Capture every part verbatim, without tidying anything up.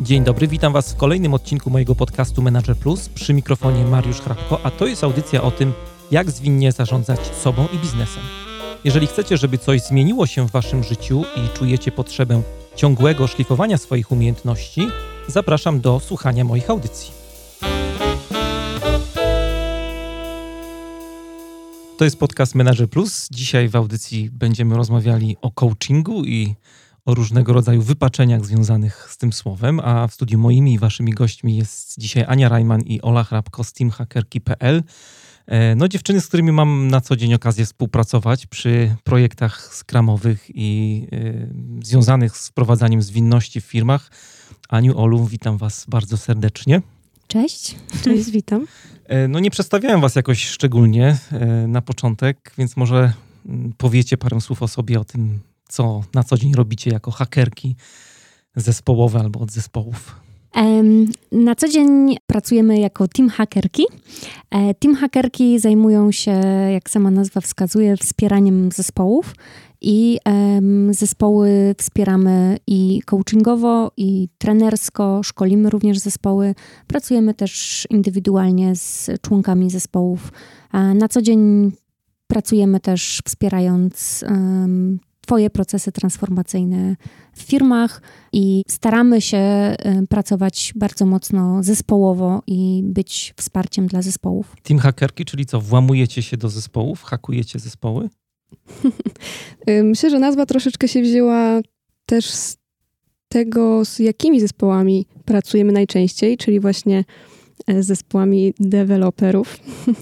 Dzień dobry, witam Was w kolejnym odcinku mojego podcastu Menadżer Plus. Przy mikrofonie Mariusz Hrabko, a to jest audycja o tym, jak zwinnie zarządzać sobą i biznesem. Jeżeli chcecie, żeby coś zmieniło się w Waszym życiu i czujecie potrzebę ciągłego szlifowania swoich umiejętności, zapraszam do słuchania moich audycji. To jest podcast Menadżer Plus. Dzisiaj w audycji będziemy rozmawiali o coachingu i o różnego rodzaju wypaczeniach związanych z tym słowem, a w studiu moimi i waszymi gośćmi jest dzisiaj Ania Rajman i Ola Hrabko z team hakerki kropka p l. No dziewczyny, z którymi mam na co dzień okazję współpracować przy projektach scrumowych i y, związanych z wprowadzaniem zwinności w firmach. Aniu, Olu, witam was bardzo serdecznie. Cześć. Cześć, witam. No nie przedstawiałem was jakoś szczególnie na początek, więc może powiecie parę słów o sobie, o tym, co na co dzień robicie jako hakerki zespołowe albo od zespołów. Na co dzień pracujemy jako team hakerki. Team hakerki zajmują się, jak sama nazwa wskazuje, wspieraniem zespołów i zespoły wspieramy i coachingowo, i trenersko, szkolimy również zespoły. Pracujemy też indywidualnie z członkami zespołów. Na co dzień pracujemy też wspierając Twoje procesy transformacyjne w firmach i staramy się pracować bardzo mocno zespołowo i być wsparciem dla zespołów. Team hakerki, czyli co? Włamujecie się do zespołów? Hakujecie zespoły? Myślę, że nazwa troszeczkę się wzięła też z tego, z jakimi zespołami pracujemy najczęściej, czyli właśnie z zespołami deweloperów.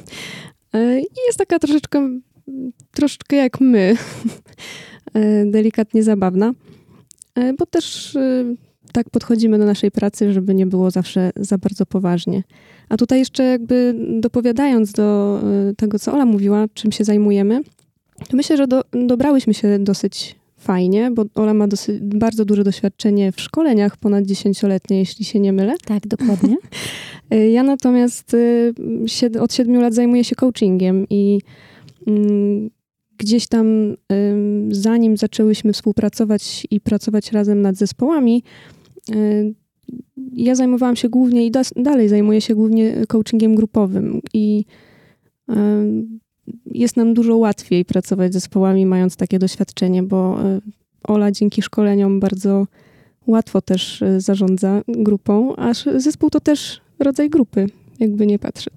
I jest taka troszeczkę, troszeczkę jak my. Delikatnie zabawna, bo też tak podchodzimy do naszej pracy, żeby nie było zawsze za bardzo poważnie. A tutaj jeszcze jakby dopowiadając do tego, co Ola mówiła, czym się zajmujemy, to myślę, że do, dobrałyśmy się dosyć fajnie, bo Ola ma dosyć, bardzo duże doświadczenie w szkoleniach, ponad dziesięcioletnie, jeśli się nie mylę. Tak, dokładnie. Ja natomiast od siedmiu lat zajmuję się coachingiem i gdzieś tam, zanim zaczęłyśmy współpracować i pracować razem nad zespołami, ja zajmowałam się głównie i dalej zajmuję się głównie coachingiem grupowym i jest nam dużo łatwiej pracować z zespołami, mając takie doświadczenie, bo Ola dzięki szkoleniom bardzo łatwo też zarządza grupą, a zespół to też rodzaj grupy, jakby nie patrzeć.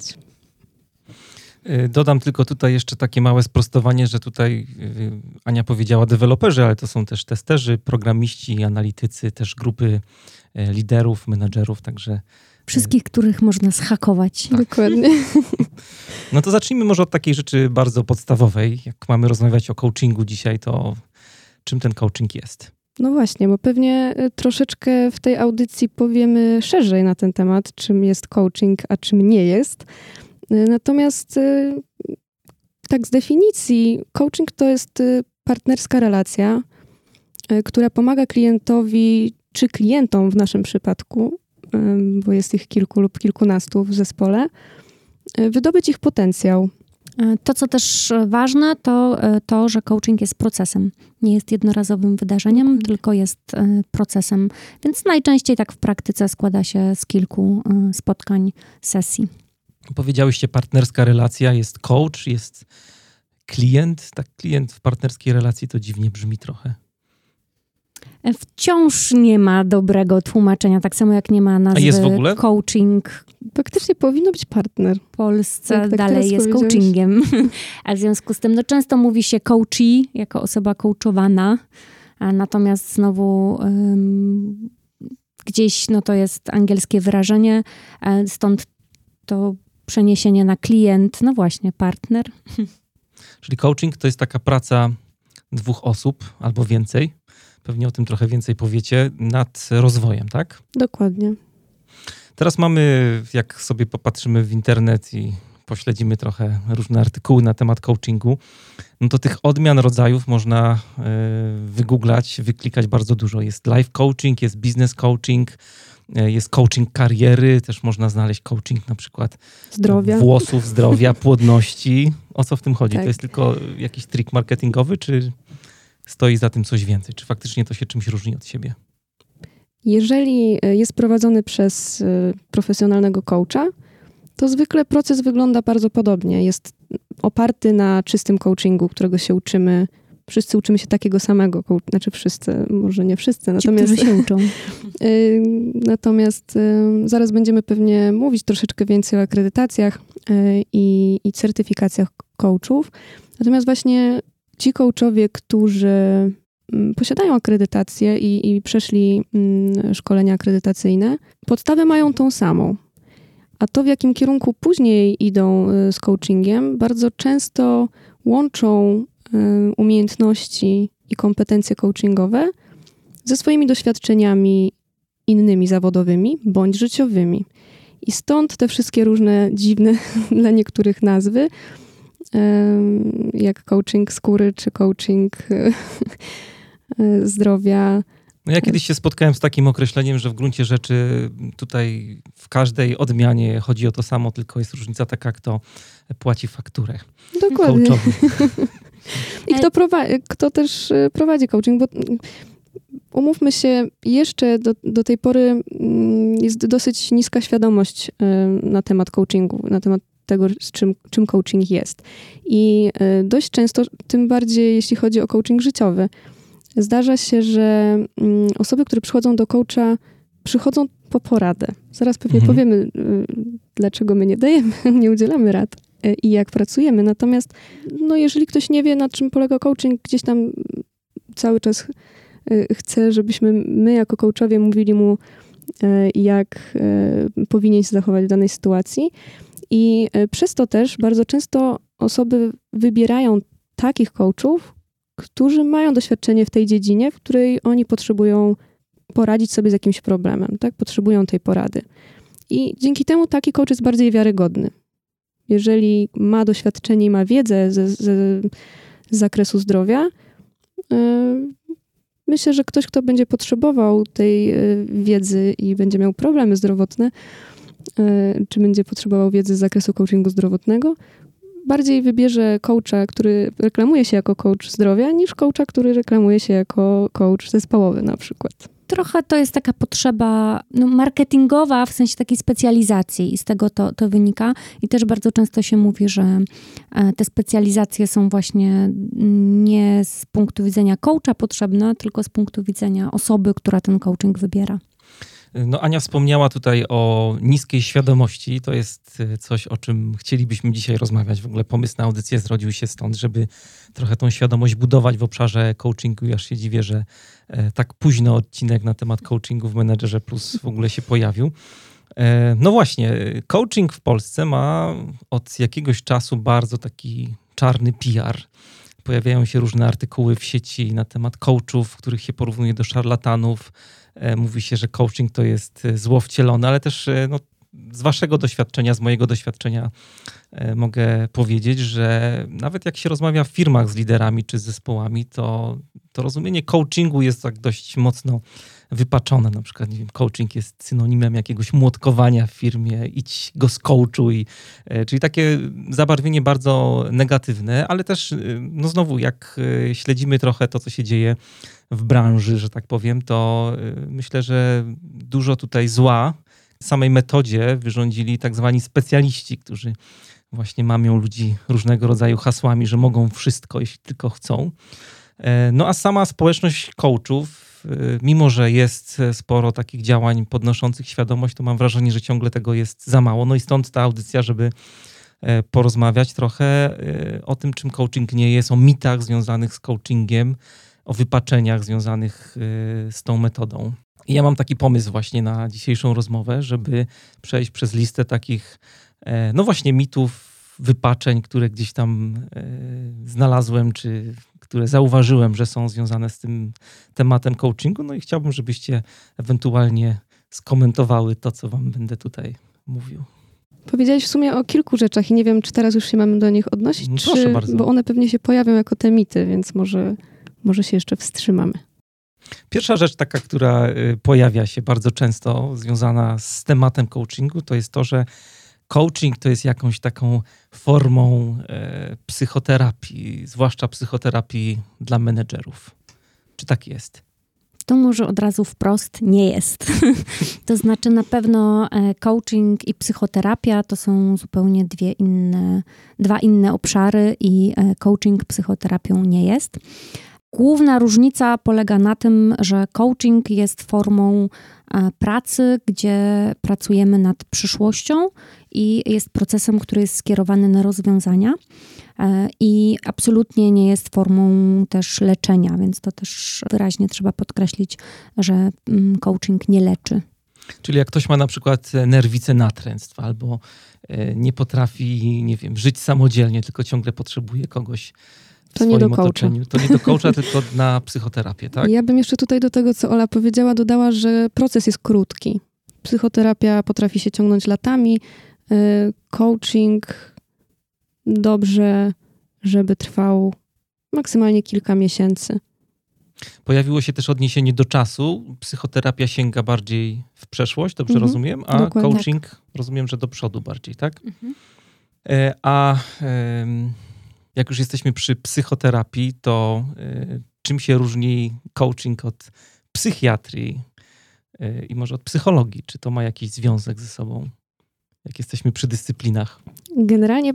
Dodam tylko tutaj jeszcze takie małe sprostowanie, że tutaj Ania powiedziała deweloperzy, ale to są też testerzy, programiści, analitycy, też grupy liderów, menadżerów, także... Wszystkich, których można zhakować. Tak. Dokładnie. No to zacznijmy może od takiej rzeczy bardzo podstawowej. Jak mamy rozmawiać o coachingu dzisiaj, to czym ten coaching jest? No właśnie, bo pewnie troszeczkę w tej audycji powiemy szerzej na ten temat, czym jest coaching, a czym nie jest. Natomiast tak z definicji, coaching to jest partnerska relacja, która pomaga klientowi, czy klientom w naszym przypadku, bo jest ich kilku lub kilkunastu w zespole, wydobyć ich potencjał. To, co też ważne, to to, że coaching jest procesem. Nie jest jednorazowym wydarzeniem, mhm. tylko jest procesem. Więc najczęściej tak w praktyce składa się z kilku spotkań, sesji. Powiedziałyście partnerska relacja, jest coach, jest klient. Tak, klient w partnerskiej relacji to dziwnie brzmi trochę. Wciąż nie ma dobrego tłumaczenia, tak samo jak nie ma nazwy. A jest w ogóle? Coaching. Faktycznie powinno być partner. W Polsce tak, tak dalej jest coachingiem. A w związku z tym no, często mówi się coachee jako osoba coachowana, a natomiast znowu um, gdzieś no, to jest angielskie wyrażenie, stąd to przeniesienie na klient, no właśnie, partner. Czyli coaching to jest taka praca dwóch osób albo więcej, pewnie o tym trochę więcej powiecie, nad rozwojem, tak? Dokładnie. Teraz mamy, jak sobie popatrzymy w internet i pośledzimy trochę różne artykuły na temat coachingu, no to tych odmian rodzajów można y, wygooglać, wyklikać bardzo dużo. Jest life coaching, jest business coaching, jest coaching kariery, też można znaleźć coaching na przykład zdrowia. Włosów, zdrowia, płodności. O co w tym chodzi? Tak. To jest tylko jakiś trik marketingowy, czy stoi za tym coś więcej? Czy faktycznie to się czymś różni od siebie? Jeżeli jest prowadzony przez profesjonalnego coacha, to zwykle proces wygląda bardzo podobnie. Jest oparty na czystym coachingu, którego się uczymy. Wszyscy uczymy się takiego samego, znaczy wszyscy, może nie wszyscy, natomiast... Ci, się uczą. Natomiast zaraz będziemy pewnie mówić troszeczkę więcej o akredytacjach i, i certyfikacjach coachów. Natomiast właśnie ci coachowie, którzy posiadają akredytację i, i przeszli szkolenia akredytacyjne, podstawę mają tą samą. A to, w jakim kierunku później idą z coachingiem, bardzo często łączą umiejętności i kompetencje coachingowe ze swoimi doświadczeniami innymi zawodowymi bądź życiowymi. I stąd te wszystkie różne dziwne dla niektórych nazwy, jak coaching skóry czy coaching zdrowia. No ja kiedyś się spotkałem z takim określeniem, że w gruncie rzeczy tutaj w każdej odmianie chodzi o to samo, tylko jest różnica taka, kto płaci fakturę. Dokładnie. I kto, prowadzi, kto też prowadzi coaching, bo umówmy się, jeszcze do, do tej pory jest dosyć niska świadomość na temat coachingu, na temat tego, czym, czym coaching jest. I dość często, tym bardziej jeśli chodzi o coaching życiowy, zdarza się, że osoby, które przychodzą do coacha, przychodzą po poradę. Zaraz pewnie mhm. powiemy, dlaczego my nie dajemy, nie udzielamy rad i jak pracujemy. Natomiast no, jeżeli ktoś nie wie, na czym polega coaching, gdzieś tam cały czas chce, żebyśmy my jako coachowie mówili mu, jak powinien się zachować w danej sytuacji. I przez to też bardzo często osoby wybierają takich coachów, którzy mają doświadczenie w tej dziedzinie, w której oni potrzebują poradzić sobie z jakimś problemem, tak? Potrzebują tej porady. I dzięki temu taki coach jest bardziej wiarygodny. Jeżeli ma doświadczenie i ma wiedzę z, z, z zakresu zdrowia, yy, myślę, że ktoś, kto będzie potrzebował tej yy, wiedzy i będzie miał problemy zdrowotne, yy, czy będzie potrzebował wiedzy z zakresu coachingu zdrowotnego, bardziej wybierze coacha, który reklamuje się jako coach zdrowia, niż coacha, który reklamuje się jako coach zespołowy na przykład. Trochę to jest taka potrzeba no, marketingowa, w sensie takiej specjalizacji i z tego to, to wynika. I też bardzo często się mówi, że te specjalizacje są właśnie nie z punktu widzenia coacha potrzebne, tylko z punktu widzenia osoby, która ten coaching wybiera. No Ania wspomniała tutaj o niskiej świadomości. To jest coś, o czym chcielibyśmy dzisiaj rozmawiać. W ogóle pomysł na audycję zrodził się stąd, żeby trochę tą świadomość budować w obszarze coachingu. Ja aż się dziwię, że tak późno odcinek na temat coachingu w Menedżerze Plus w ogóle się pojawił. No właśnie, coaching w Polsce ma od jakiegoś czasu bardzo taki czarny P R. Pojawiają się różne artykuły w sieci na temat coachów, których się porównuje do szarlatanów. Mówi się, że coaching to jest zło wcielone, ale też no, z waszego doświadczenia, z mojego doświadczenia mogę powiedzieć, że nawet jak się rozmawia w firmach z liderami czy z zespołami, to, to rozumienie coachingu jest tak dość mocno wypaczone. Na przykład, nie wiem, coaching jest synonimem jakiegoś młotkowania w firmie, idź go skoachuj. Czyli takie zabarwienie bardzo negatywne, ale też, no znowu, jak śledzimy trochę to, co się dzieje w branży, że tak powiem, to myślę, że dużo tutaj zła w samej metodzie wyrządzili tak zwani specjaliści, którzy właśnie mamią ludzi różnego rodzaju hasłami, że mogą wszystko, jeśli tylko chcą. No a sama społeczność coachów, mimo że jest sporo takich działań podnoszących świadomość, to mam wrażenie, że ciągle tego jest za mało. No i stąd ta audycja, żeby porozmawiać trochę o tym, czym coaching nie jest, o mitach związanych z coachingiem, o wypaczeniach związanych z tą metodą. I ja mam taki pomysł właśnie na dzisiejszą rozmowę, żeby przejść przez listę takich, no właśnie mitów, wypaczeń, które gdzieś tam znalazłem, czy które zauważyłem, że są związane z tym tematem coachingu. No i chciałbym, żebyście ewentualnie skomentowały to, co wam będę tutaj mówił. Powiedziałeś w sumie o kilku rzeczach i nie wiem, czy teraz już się mamy do nich odnosić, no, czy, proszę bardzo. Bo one pewnie się pojawią jako te mity, więc może, może się jeszcze wstrzymamy. Pierwsza rzecz taka, która pojawia się bardzo często, związana z tematem coachingu, to jest to, że coaching to jest jakąś taką formą e, psychoterapii, zwłaszcza psychoterapii dla menedżerów. Czy tak jest? To może od razu wprost nie jest. To znaczy na pewno coaching i psychoterapia to są zupełnie dwie inne, dwa inne obszary i coaching psychoterapią nie jest. Główna różnica polega na tym, że coaching jest formą pracy, gdzie pracujemy nad przyszłością i jest procesem, który jest skierowany na rozwiązania i absolutnie nie jest formą też leczenia, więc to też wyraźnie trzeba podkreślić, że coaching nie leczy. Czyli jak ktoś ma na przykład nerwicę natręctwa albo nie potrafi, nie wiem, żyć samodzielnie, tylko ciągle potrzebuje kogoś w to swoim nie do coacha. otoczeniu. To nie do coacha, tylko na psychoterapię, tak? Ja bym jeszcze tutaj do tego, co Ola powiedziała, dodała, że proces jest krótki. Psychoterapia potrafi się ciągnąć latami. Coaching dobrze, żeby trwał maksymalnie kilka miesięcy. Pojawiło się też odniesienie do czasu. Psychoterapia sięga bardziej w przeszłość, dobrze mhm, rozumiem? A dokładnie. Coaching tak. rozumiem, że do przodu bardziej, tak? Mhm. A jak już jesteśmy przy psychoterapii, to czym się różni coaching od psychiatrii i może od psychologii? Czy to ma jakiś związek ze sobą, jak jesteśmy przy dyscyplinach? Generalnie,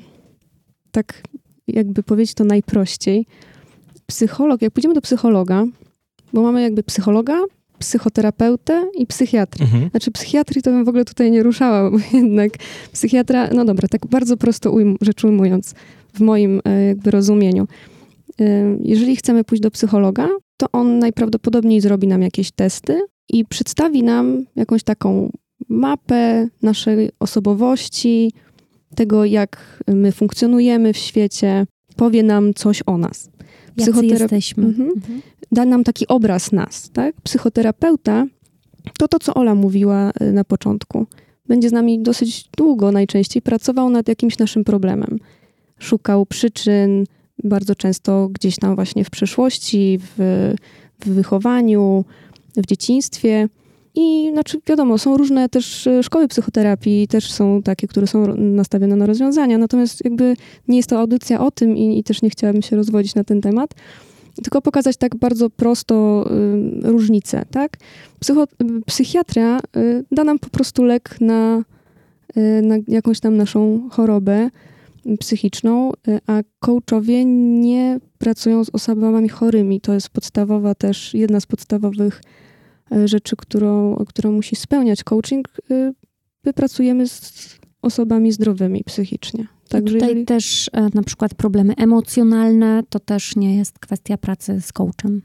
tak jakby powiedzieć to najprościej, psycholog, jak pójdziemy do psychologa, bo mamy jakby psychologa, psychoterapeutę i psychiatrę. Mhm. Znaczy psychiatrii to bym w ogóle tutaj nie ruszała, bo jednak psychiatra, no dobra, tak bardzo prosto ujm- rzecz ujmując, w moim jakby rozumieniu. Jeżeli chcemy pójść do psychologa, to on najprawdopodobniej zrobi nam jakieś testy i przedstawi nam jakąś taką mapę naszej osobowości, tego jak my funkcjonujemy w świecie, powie nam coś o nas. Psychotera- Jacy jesteśmy. Mhm. Mhm. Da nam taki obraz nas, tak? Psychoterapeuta to to, co Ola mówiła na początku. Będzie z nami dosyć długo najczęściej pracował nad jakimś naszym problemem. Szukał przyczyn, bardzo często gdzieś tam właśnie w przeszłości, w, w wychowaniu, w dzieciństwie. I znaczy wiadomo, są różne też szkoły psychoterapii, też są takie, które są nastawione na rozwiązania, natomiast jakby nie jest to audycja o tym i, i też nie chciałabym się rozwodzić na ten temat, tylko pokazać tak bardzo prosto y, różnicę, tak? Psycho, psychiatria y, da nam po prostu lek na, y, na jakąś tam naszą chorobę psychiczną, y, a coachowie nie pracują z osobami chorymi. To jest podstawowa też, jedna z podstawowych rzeczy, którą, którą musi spełniać coaching. My pracujemy z osobami zdrowymi psychicznie. Także tutaj jeżeli... też na przykład problemy emocjonalne, to też nie jest kwestia pracy z coachem.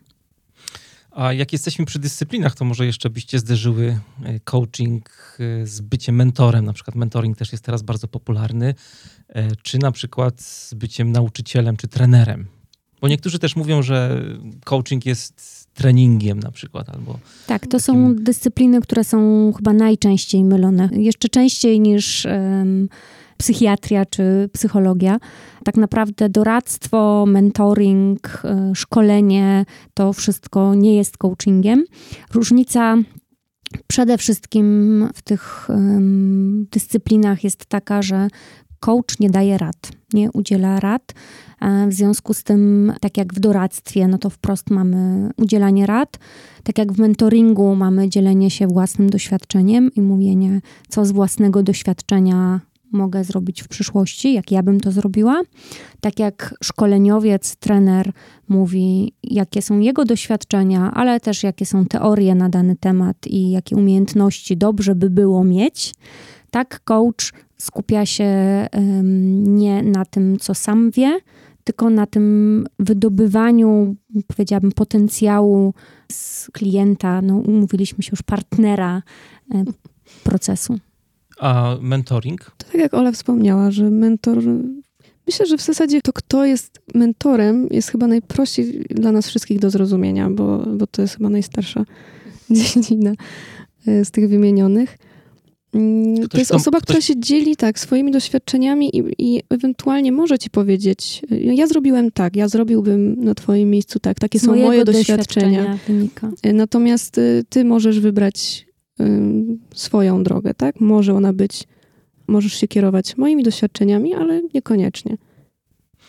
A jak jesteśmy przy dyscyplinach, to może jeszcze byście zderzyły coaching z byciem mentorem. Na przykład mentoring też jest teraz bardzo popularny. Czy na przykład z byciem nauczycielem czy trenerem. Bo niektórzy też mówią, że coaching jest treningiem na przykład. Albo tak, to takim... są dyscypliny, które są chyba najczęściej mylone. Jeszcze częściej niż um, psychiatria czy psychologia. Tak naprawdę doradztwo, mentoring, szkolenie, to wszystko nie jest coachingiem. Różnica przede wszystkim w tych um, dyscyplinach jest taka, że coach nie daje rad, nie udziela rad. W związku z tym, tak jak w doradztwie, no to wprost mamy udzielanie rad. Tak jak w mentoringu mamy dzielenie się własnym doświadczeniem i mówienie, co z własnego doświadczenia mogę zrobić w przyszłości, jak ja bym to zrobiła. Tak jak szkoleniowiec, trener mówi, jakie są jego doświadczenia, ale też jakie są teorie na dany temat i jakie umiejętności dobrze by było mieć. Tak coach skupia się um, nie na tym, co sam wie, tylko na tym wydobywaniu, powiedziałabym, potencjału z klienta, no umówiliśmy się już, partnera e, procesu. A mentoring? To tak jak Ola wspomniała, że mentor... Myślę, że w zasadzie to, kto jest mentorem, jest chyba najprościej dla nas wszystkich do zrozumienia, bo, bo to jest chyba najstarsza dziedzina z tych wymienionych. Ktoś to jest tam, osoba, ktoś... która się dzieli tak swoimi doświadczeniami i, i ewentualnie może ci powiedzieć, ja zrobiłem tak, ja zrobiłbym na twoim miejscu tak, takie są moje doświadczenia. doświadczenia Natomiast ty możesz wybrać um, swoją drogę, tak? Może ona być, możesz się kierować moimi doświadczeniami, ale niekoniecznie.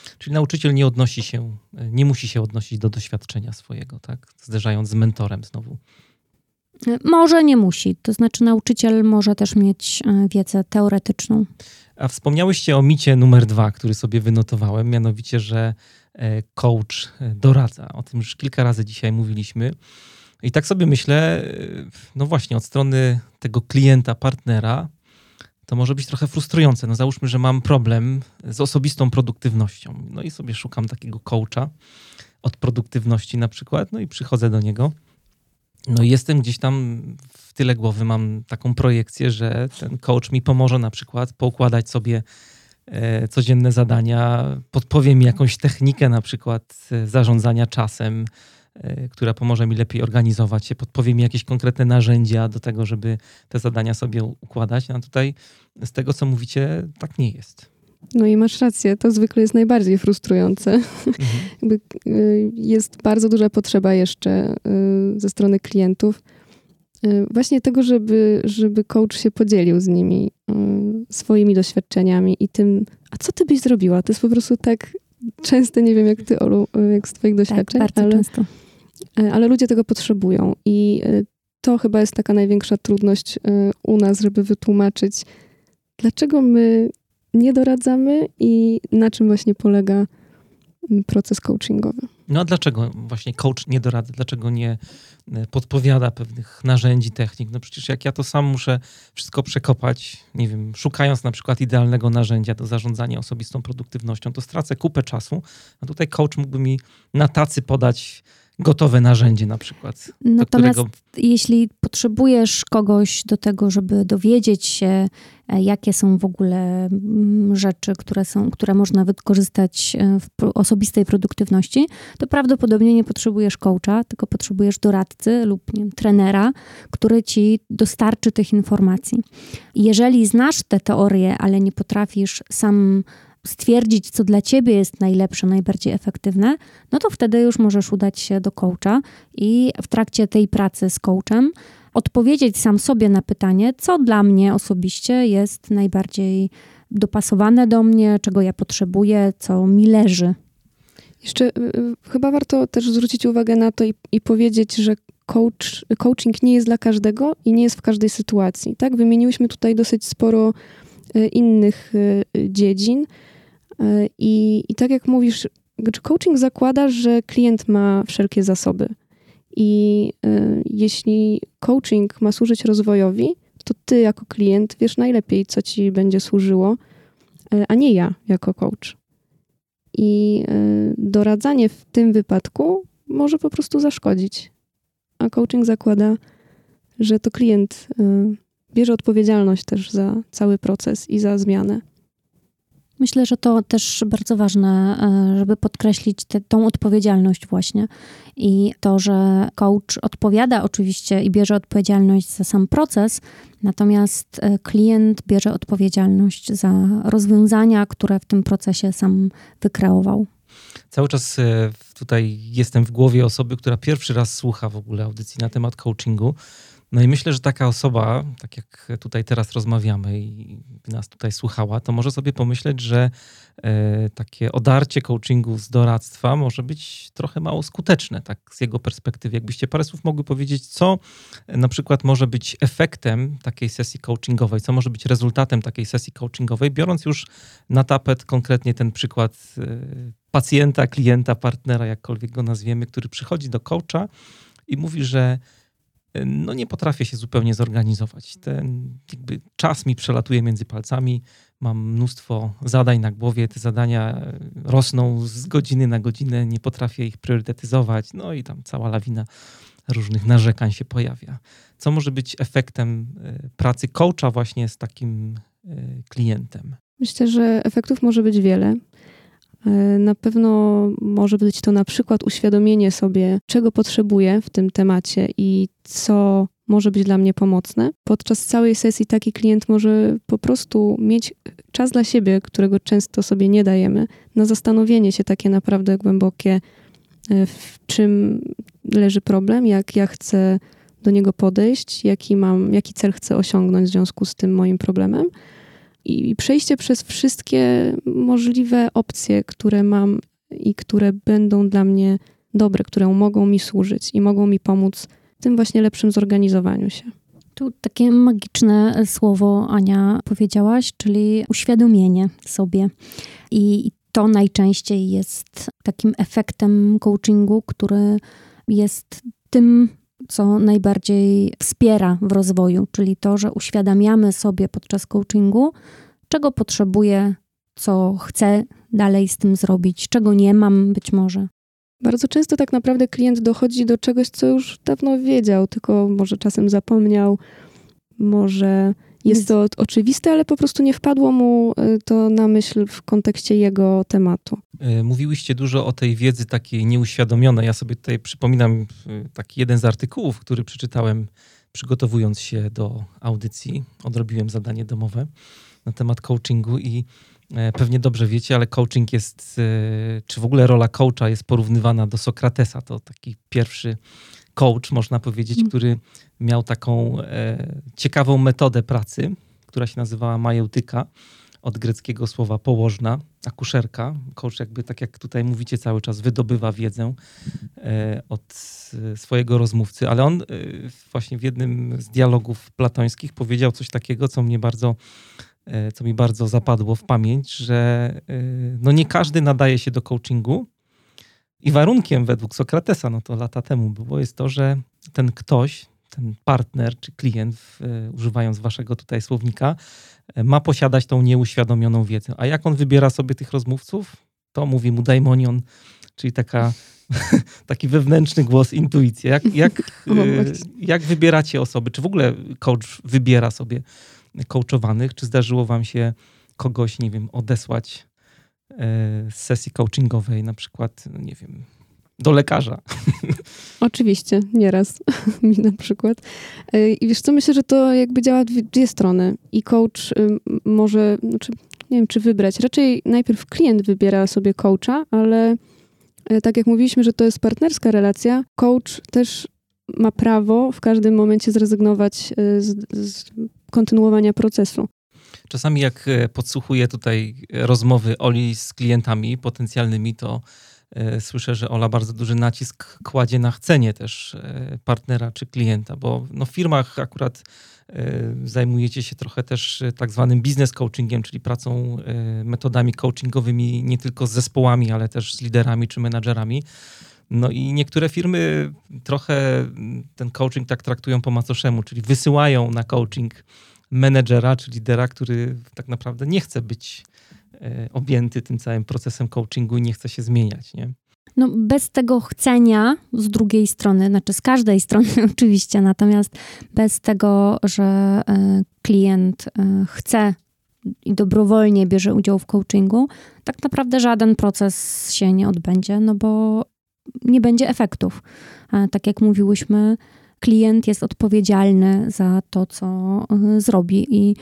Czyli nauczyciel nie odnosi się, nie musi się odnosić do doświadczenia swojego, tak? Zderzając z mentorem znowu. Może nie musi. To znaczy nauczyciel może też mieć wiedzę teoretyczną. A wspomniałyście o micie numer dwa, który sobie wynotowałem, mianowicie, że coach doradza. O tym już kilka razy dzisiaj mówiliśmy. I tak sobie myślę, no właśnie od strony tego klienta, partnera, to może być trochę frustrujące. No załóżmy, że mam problem z osobistą produktywnością. No i sobie szukam takiego coacha od produktywności na przykład, no i przychodzę do niego. No i jestem gdzieś tam w tyle głowy, mam taką projekcję, że ten coach mi pomoże na przykład poukładać sobie e, codzienne zadania, podpowie mi jakąś technikę na przykład zarządzania czasem, e, która pomoże mi lepiej organizować się, podpowie mi jakieś konkretne narzędzia do tego, żeby te zadania sobie układać. No tutaj z tego, co mówicie, tak nie jest. No i masz rację, to zwykle jest najbardziej frustrujące. Mhm. Jakby, y, jest bardzo duża potrzeba jeszcze y, ze strony klientów y, właśnie tego, żeby, żeby coach się podzielił z nimi y, swoimi doświadczeniami i tym, a co ty byś zrobiła? To jest po prostu tak częste, nie wiem jak ty, Olu, jak z twoich doświadczeń, tak, bardzo ale, często. ale ludzie tego potrzebują i y, to chyba jest taka największa trudność y, u nas, żeby wytłumaczyć, dlaczego my nie doradzamy i na czym właśnie polega proces coachingowy. No a dlaczego właśnie coach nie doradza? Dlaczego nie podpowiada pewnych narzędzi, technik? No przecież jak ja to sam muszę wszystko przekopać, nie wiem, szukając na przykład idealnego narzędzia do zarządzania osobistą produktywnością, to stracę kupę czasu, a tutaj coach mógłby mi na tacy podać gotowe narzędzie na przykład. Natomiast którego... jeśli potrzebujesz kogoś do tego, żeby dowiedzieć się, jakie są w ogóle rzeczy, które są, które można wykorzystać w osobistej produktywności, to prawdopodobnie nie potrzebujesz coacha, tylko potrzebujesz doradcy lub nie wiem, trenera, który ci dostarczy tych informacji. Jeżeli znasz te teorie, ale nie potrafisz sam stwierdzić, co dla ciebie jest najlepsze, najbardziej efektywne, no to wtedy już możesz udać się do coacha i w trakcie tej pracy z coachem odpowiedzieć sam sobie na pytanie, co dla mnie osobiście jest najbardziej dopasowane do mnie, czego ja potrzebuję, co mi leży. Jeszcze y, chyba warto też zwrócić uwagę na to i, i powiedzieć, że coach, coaching nie jest dla każdego i nie jest w każdej sytuacji. Tak? Wymieniłyśmy tutaj dosyć sporo y, innych y, dziedzin. I, I tak jak mówisz, coaching zakłada, że klient ma wszelkie zasoby. I y, jeśli coaching ma służyć rozwojowi, to ty jako klient wiesz najlepiej, co ci będzie służyło, y, a nie ja jako coach. I y, doradzanie w tym wypadku może po prostu zaszkodzić. A coaching zakłada, że to klient y, bierze odpowiedzialność też za cały proces i za zmianę. Myślę, że to też bardzo ważne, żeby podkreślić tę tą odpowiedzialność właśnie i to, że coach odpowiada oczywiście i bierze odpowiedzialność za sam proces, natomiast klient bierze odpowiedzialność za rozwiązania, które w tym procesie sam wykreował. Cały czas tutaj jestem w głowie osoby, która pierwszy raz słucha w ogóle audycji na temat coachingu. No i myślę, że taka osoba, tak jak tutaj teraz rozmawiamy i nas tutaj słuchała, to może sobie pomyśleć, że e, takie odarcie coachingu z doradztwa może być trochę mało skuteczne, tak z jego perspektywy. Jakbyście parę słów mogły powiedzieć, co na przykład może być efektem takiej sesji coachingowej, co może być rezultatem takiej sesji coachingowej, biorąc już na tapet konkretnie ten przykład e, pacjenta, klienta, partnera, jakkolwiek go nazwiemy, który przychodzi do coacha i mówi, że no nie potrafię się zupełnie zorganizować. Ten jakby czas mi przelatuje między palcami, mam mnóstwo zadań na głowie, te zadania rosną z godziny na godzinę, nie potrafię ich priorytetyzować, no i tam cała lawina różnych narzekań się pojawia. Co może być efektem pracy coacha właśnie z takim klientem? Myślę, że efektów może być wiele. Na pewno może być to na przykład uświadomienie sobie, czego potrzebuję w tym temacie i co może być dla mnie pomocne. Podczas całej sesji taki klient może po prostu mieć czas dla siebie, którego często sobie nie dajemy, na zastanowienie się takie naprawdę głębokie, w czym leży problem, jak ja chcę do niego podejść, jaki mam, jaki cel chcę osiągnąć w związku z tym moim problemem. i przejście przez wszystkie możliwe opcje, które mam i które będą dla mnie dobre, które mogą mi służyć i mogą mi pomóc w tym właśnie lepszym zorganizowaniu się. Tu takie magiczne słowo, Ania, powiedziałaś, czyli uświadomienie sobie. I to najczęściej jest takim efektem coachingu, który jest tym, co najbardziej wspiera w rozwoju, czyli to, że uświadamiamy sobie podczas coachingu, czego potrzebuję, co chcę dalej z tym zrobić, czego nie mam być może. Bardzo często tak naprawdę klient dochodzi do czegoś, co już dawno wiedział, tylko może czasem zapomniał, może jest to oczywiste, ale po prostu nie wpadło mu to na myśl w kontekście jego tematu. Mówiłyście dużo o tej wiedzy takiej nieuświadomionej. Ja sobie tutaj przypominam taki jeden z artykułów, który przeczytałem przygotowując się do audycji. Odrobiłem zadanie domowe na temat coachingu i pewnie dobrze wiecie, ale coaching jest, czy w ogóle rola coacha jest porównywana do Sokratesa. To taki pierwszy coach, można powiedzieć, mm. który miał taką e, ciekawą metodę pracy, która się nazywała majeutyka, od greckiego słowa położna, akuszerka. Coach jakby, tak jak tutaj mówicie cały czas, wydobywa wiedzę e, od e, swojego rozmówcy, ale on e, właśnie w jednym z dialogów platońskich powiedział coś takiego, co mnie bardzo co mi bardzo zapadło w pamięć, że no nie każdy nadaje się do coachingu i warunkiem według Sokratesa, no to lata temu było, jest to, że ten ktoś, ten partner czy klient, używając waszego tutaj słownika, ma posiadać tą nieuświadomioną wiedzę. A jak on wybiera sobie tych rozmówców? To mówi mu daimonion, czyli taka, taki wewnętrzny głos, intuicja. Jak, jak, jak wybieracie osoby? Czy w ogóle coach wybiera sobie coachowanych? Czy zdarzyło wam się kogoś, nie wiem, odesłać z sesji coachingowej, na przykład, nie wiem, do lekarza? Oczywiście, nieraz mi na przykład. I wiesz co, myślę, że to jakby działa dwie, dwie strony. I coach może, znaczy, nie wiem, czy wybrać. Raczej najpierw klient wybiera sobie coacha, ale tak jak mówiliśmy, że to jest partnerska relacja, coach też ma prawo w każdym momencie zrezygnować z, z kontynuowania procesu. Czasami jak podsłuchuję tutaj rozmowy Oli z klientami potencjalnymi, to y, słyszę, że Ola bardzo duży nacisk kładzie na chcenie też y, partnera czy klienta, bo no, w firmach akurat y, zajmujecie się trochę też y, tak zwanym business coachingiem, czyli pracą y, metodami coachingowymi nie tylko z zespołami, ale też z liderami czy menadżerami. No i niektóre firmy trochę ten coaching tak traktują po macoszemu, czyli wysyłają na coaching menedżera czy lidera, który tak naprawdę nie chce być e, objęty tym całym procesem coachingu i nie chce się zmieniać, nie? No bez tego chcenia z drugiej strony, znaczy z każdej strony oczywiście, natomiast bez tego, że e, klient e, chce i dobrowolnie bierze udział w coachingu, tak naprawdę żaden proces się nie odbędzie, no bo nie będzie efektów. E, tak jak mówiłyśmy, klient jest odpowiedzialny za to, co y, zrobi i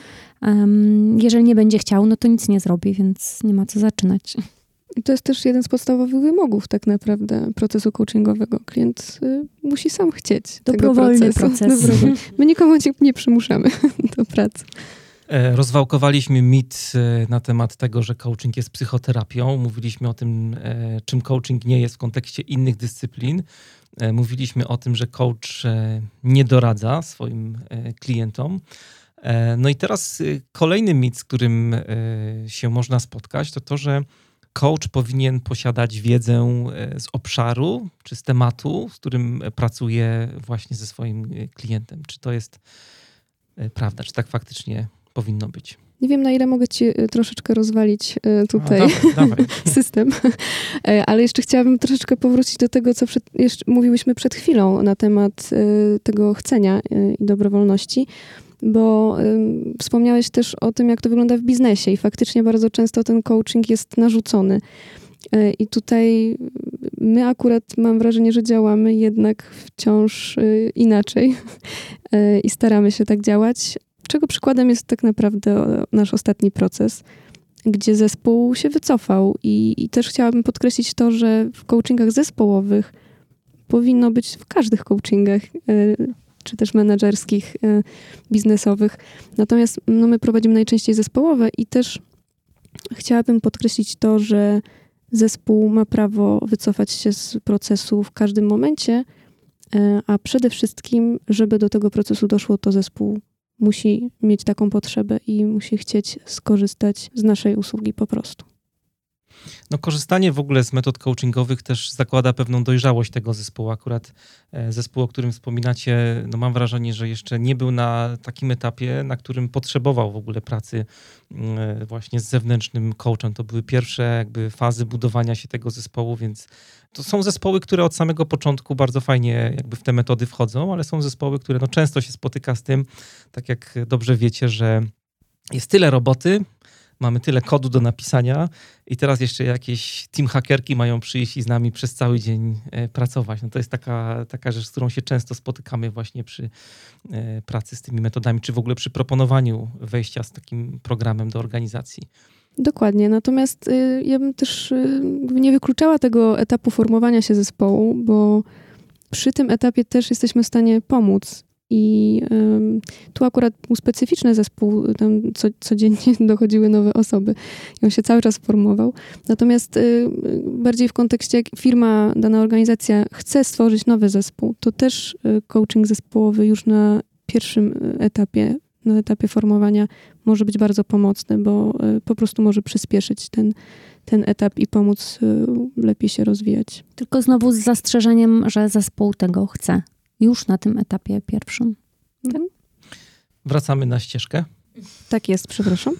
um, jeżeli nie będzie chciał, no to nic nie zrobi, więc nie ma co zaczynać. I to jest też jeden z podstawowych wymogów tak naprawdę procesu coachingowego. Klient y, musi sam chcieć Dobrowolny tego procesu. proces. Dobrowolny. My nikogo nie, nie przymuszamy do pracy. Rozwałkowaliśmy mit na temat tego, że coaching jest psychoterapią. Mówiliśmy o tym, czym coaching nie jest w kontekście innych dyscyplin. Mówiliśmy o tym, że coach nie doradza swoim klientom. No i teraz kolejny mit, z którym się można spotkać, to to, że coach powinien posiadać wiedzę z obszaru czy z tematu, z którym pracuje właśnie ze swoim klientem. Czy to jest prawda? Czy tak faktycznie powinno być? Nie wiem, na ile mogę ci troszeczkę rozwalić tutaj A, dawaj, dawaj. system, ale jeszcze chciałabym troszeczkę powrócić do tego, co przed, jeszcze mówiłyśmy przed chwilą na temat tego chcenia i dobrowolności, bo wspomniałeś też o tym, jak to wygląda w biznesie i faktycznie bardzo często ten coaching jest narzucony. I tutaj my akurat mam wrażenie, że działamy jednak wciąż inaczej i staramy się tak działać. Czego przykładem jest tak naprawdę nasz ostatni proces, gdzie zespół się wycofał i, i też chciałabym podkreślić to, że w coachingach zespołowych powinno być w każdych coachingach, czy czy też menedżerskich, biznesowych. Natomiast no, my prowadzimy najczęściej zespołowe i też chciałabym podkreślić to, że zespół ma prawo wycofać się z procesu w każdym momencie, a przede wszystkim, żeby do tego procesu doszło, to zespół musi mieć taką potrzebę i musi chcieć skorzystać z naszej usługi po prostu. No, korzystanie w ogóle z metod coachingowych też zakłada pewną dojrzałość tego zespołu. Akurat zespół, o którym wspominacie, no mam wrażenie, że jeszcze nie był na takim etapie, na którym potrzebował w ogóle pracy właśnie z zewnętrznym coachem. To były pierwsze jakby fazy budowania się tego zespołu, więc to są zespoły, które od samego początku bardzo fajnie jakby w te metody wchodzą, ale są zespoły, które no często się spotyka z tym, tak jak dobrze wiecie, że jest tyle roboty, mamy tyle kodu do napisania i teraz jeszcze jakieś team hackerki mają przyjść i z nami przez cały dzień pracować. No to jest taka, taka rzecz, z którą się często spotykamy właśnie przy pracy z tymi metodami, czy w ogóle przy proponowaniu wejścia z takim programem do organizacji. Dokładnie, natomiast y, ja bym też y, nie wykluczała tego etapu formowania się zespołu, bo przy tym etapie też jesteśmy w stanie pomóc. I y, tu akurat był specyficzny zespół, tam co, codziennie dochodziły nowe osoby i on się cały czas formował. Natomiast y, bardziej w kontekście, jak firma, dana organizacja chce stworzyć nowy zespół, to też y, coaching zespołowy już na pierwszym etapie, na etapie formowania może być bardzo pomocny, bo y, po prostu może przyspieszyć ten, ten etap i pomóc y, lepiej się rozwijać. Tylko znowu z zastrzeżeniem, że zespół tego chce. Już na tym etapie pierwszym. Tak? Wracamy na ścieżkę. Tak jest, przepraszam.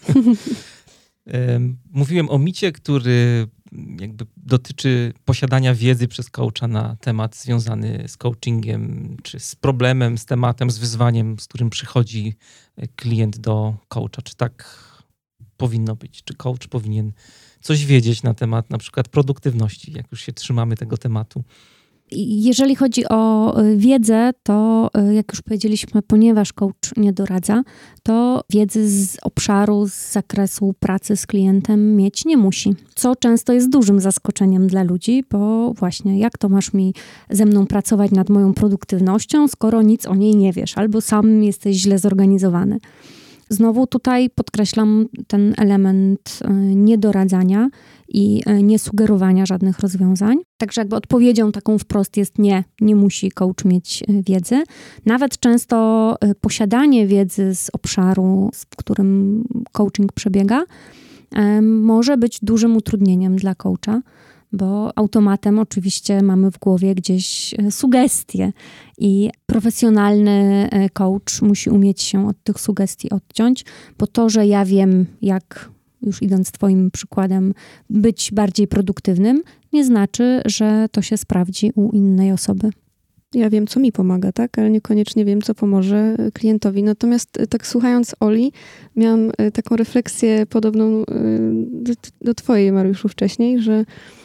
Mówiłem o micie, który jakby dotyczy posiadania wiedzy przez coacha na temat związany z coachingiem, czy z problemem, z tematem, z wyzwaniem, z którym przychodzi klient do coacha. Czy tak powinno być? Czy coach powinien coś wiedzieć na temat na przykład produktywności, jak już się trzymamy tego tematu? Jeżeli chodzi o wiedzę, to jak już powiedzieliśmy, ponieważ coach nie doradza, to wiedzy z obszaru, z zakresu pracy z klientem mieć nie musi. Co często jest dużym zaskoczeniem dla ludzi, bo właśnie jak to masz mi ze mną pracować nad moją produktywnością, skoro nic o niej nie wiesz, albo sam jesteś źle zorganizowany. Znowu tutaj podkreślam ten element niedoradzania i niesugerowania żadnych rozwiązań. Także jakby odpowiedzią taką wprost jest nie, nie musi coach mieć wiedzy. Nawet często posiadanie wiedzy z obszaru, w którym coaching przebiega, może być dużym utrudnieniem dla coacha, bo automatem oczywiście mamy w głowie gdzieś sugestie i profesjonalny coach musi umieć się od tych sugestii odciąć, bo to, że ja wiem, jak, już idąc twoim przykładem, być bardziej produktywnym, nie znaczy, że to się sprawdzi u innej osoby. Ja wiem, co mi pomaga, tak, ale niekoniecznie wiem, co pomoże klientowi. Natomiast tak słuchając Oli, miałam taką refleksję podobną do, do twojej, Mariuszu, wcześniej, że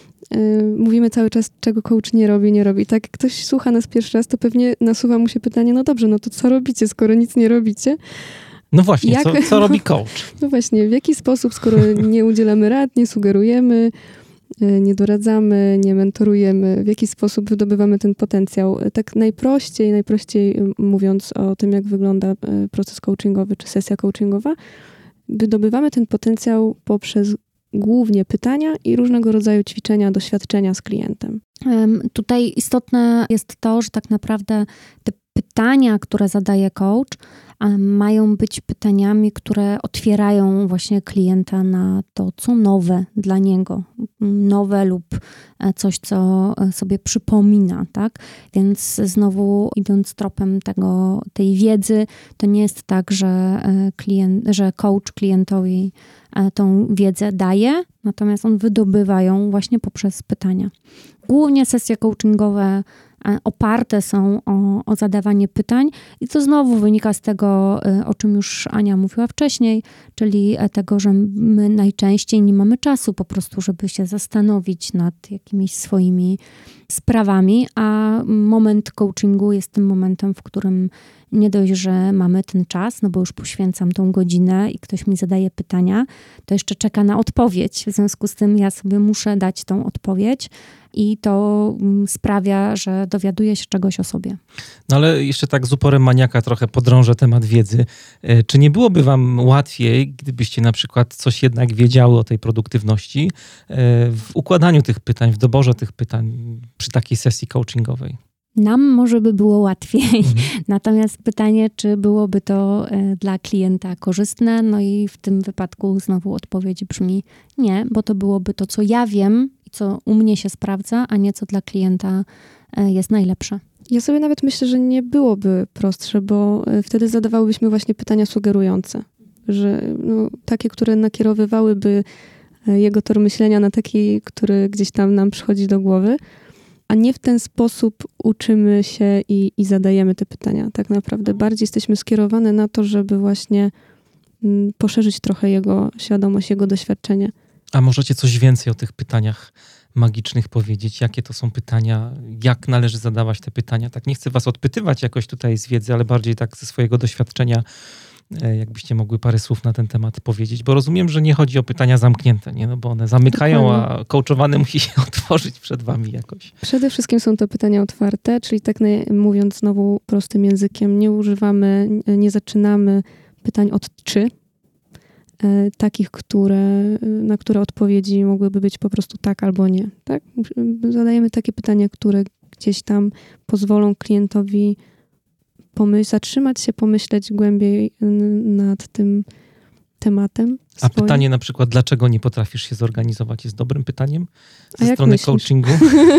mówimy cały czas, czego coach nie robi, nie robi. Tak, jak ktoś słucha nas pierwszy raz, to pewnie nasuwa mu się pytanie, no dobrze, no to co robicie, skoro nic nie robicie? No właśnie, jak... co, co robi coach? No właśnie, w jaki sposób, skoro nie udzielamy rad, nie sugerujemy, nie doradzamy, nie mentorujemy, w jaki sposób wydobywamy ten potencjał? Tak najprościej, najprościej mówiąc o tym, jak wygląda proces coachingowy czy sesja coachingowa, wydobywamy ten potencjał poprzez głównie pytania i różnego rodzaju ćwiczenia, doświadczenia z klientem. Tutaj istotne jest to, że tak naprawdę te pytania, które zadaje coach, mają być pytaniami, które otwierają właśnie klienta na to, co nowe dla niego. Nowe lub coś, co sobie przypomina, tak? Więc znowu idąc tropem tego, tej wiedzy, to nie jest tak, że klient, że coach klientowi tą wiedzę daje, natomiast on wydobywa ją właśnie poprzez pytania. Głównie sesje coachingowe oparte są o, o zadawanie pytań i to znowu wynika z tego, o czym już Ania mówiła wcześniej, czyli tego, że my najczęściej nie mamy czasu po prostu, żeby się zastanowić nad jakimiś swoimi sprawami, a moment coachingu jest tym momentem, w którym nie dość, że mamy ten czas, no bo już poświęcam tą godzinę i ktoś mi zadaje pytania, to jeszcze czeka na odpowiedź. W związku z tym ja sobie muszę dać tą odpowiedź i to sprawia, że dowiaduję się czegoś o sobie. No ale jeszcze tak z uporem maniaka trochę podrążę temat wiedzy. Czy nie byłoby wam łatwiej, gdybyście na przykład coś jednak wiedziały o tej produktywności w układaniu tych pytań, w doborze tych pytań przy takiej sesji coachingowej? Nam może by było łatwiej, mhm. Natomiast pytanie, czy byłoby to dla klienta korzystne, no i w tym wypadku znowu odpowiedź brzmi nie, bo to byłoby to, co ja wiem i co u mnie się sprawdza, a nie co dla klienta jest najlepsze. Ja sobie nawet myślę, że nie byłoby prostsze, bo wtedy zadawałybyśmy właśnie pytania sugerujące, że no, takie, które nakierowywałyby jego tor myślenia na taki, który gdzieś tam nam przychodzi do głowy, a nie w ten sposób uczymy się i, i zadajemy te pytania. Tak naprawdę bardziej jesteśmy skierowane na to, żeby właśnie mm, poszerzyć trochę jego świadomość, jego doświadczenie. A możecie coś więcej o tych pytaniach magicznych powiedzieć? Jakie to są pytania? Jak należy zadawać te pytania? Tak, nie chcę was odpytywać jakoś tutaj z wiedzy, ale bardziej tak ze swojego doświadczenia, jakbyście mogły parę słów na ten temat powiedzieć, bo rozumiem, że nie chodzi o pytania zamknięte, nie? No bo one zamykają, a coachowany musi się otworzyć przed wami jakoś. Przede wszystkim są to pytania otwarte, czyli tak mówiąc znowu prostym językiem, nie używamy, nie zaczynamy pytań od czy, takich, które, na które odpowiedzi mogłyby być po prostu tak albo nie. Tak? Zadajemy takie pytania, które gdzieś tam pozwolą klientowi pomyśl, zatrzymać się, pomyśleć głębiej nad tym tematem. A swoim. Pytanie na przykład, dlaczego nie potrafisz się zorganizować, jest dobrym pytaniem ze A strony myślisz? coachingu?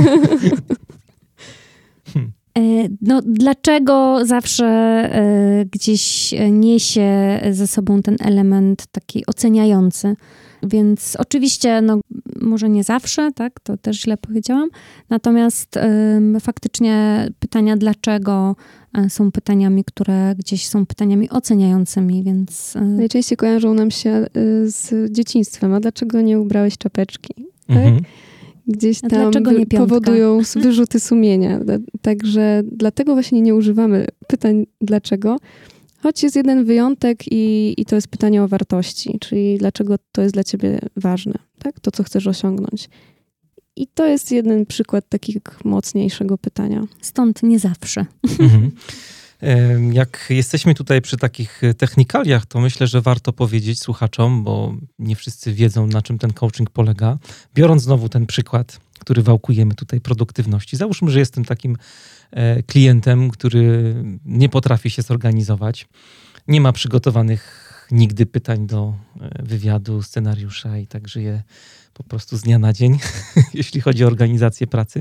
hmm. No, dlaczego zawsze gdzieś niesie ze sobą ten element taki oceniający? Więc oczywiście, no może nie zawsze, tak, to też źle powiedziałam, natomiast y, faktycznie pytania dlaczego y, są pytaniami, które gdzieś są pytaniami oceniającymi, więc... Y... Najczęściej kojarzą nam się y, z dzieciństwem, a dlaczego nie ubrałeś czapeczki, tak? Mhm. Gdzieś tam wy- powodują wyrzuty sumienia. Także dlatego właśnie nie używamy pytań dlaczego, choć jest jeden wyjątek i, i to jest pytanie o wartości, czyli dlaczego to jest dla ciebie ważne, tak? To, co chcesz osiągnąć. I to jest jeden przykład takiego mocniejszego pytania. Stąd nie zawsze. Mhm. Jak jesteśmy tutaj przy takich technikaliach, to myślę, że warto powiedzieć słuchaczom, bo nie wszyscy wiedzą, na czym ten coaching polega. Biorąc znowu ten przykład, który wałkujemy tutaj produktywności. Załóżmy, że jestem takim klientem, który nie potrafi się zorganizować, nie ma przygotowanych nigdy pytań do wywiadu, scenariusza i tak żyje po prostu z dnia na dzień, jeśli chodzi o organizację pracy.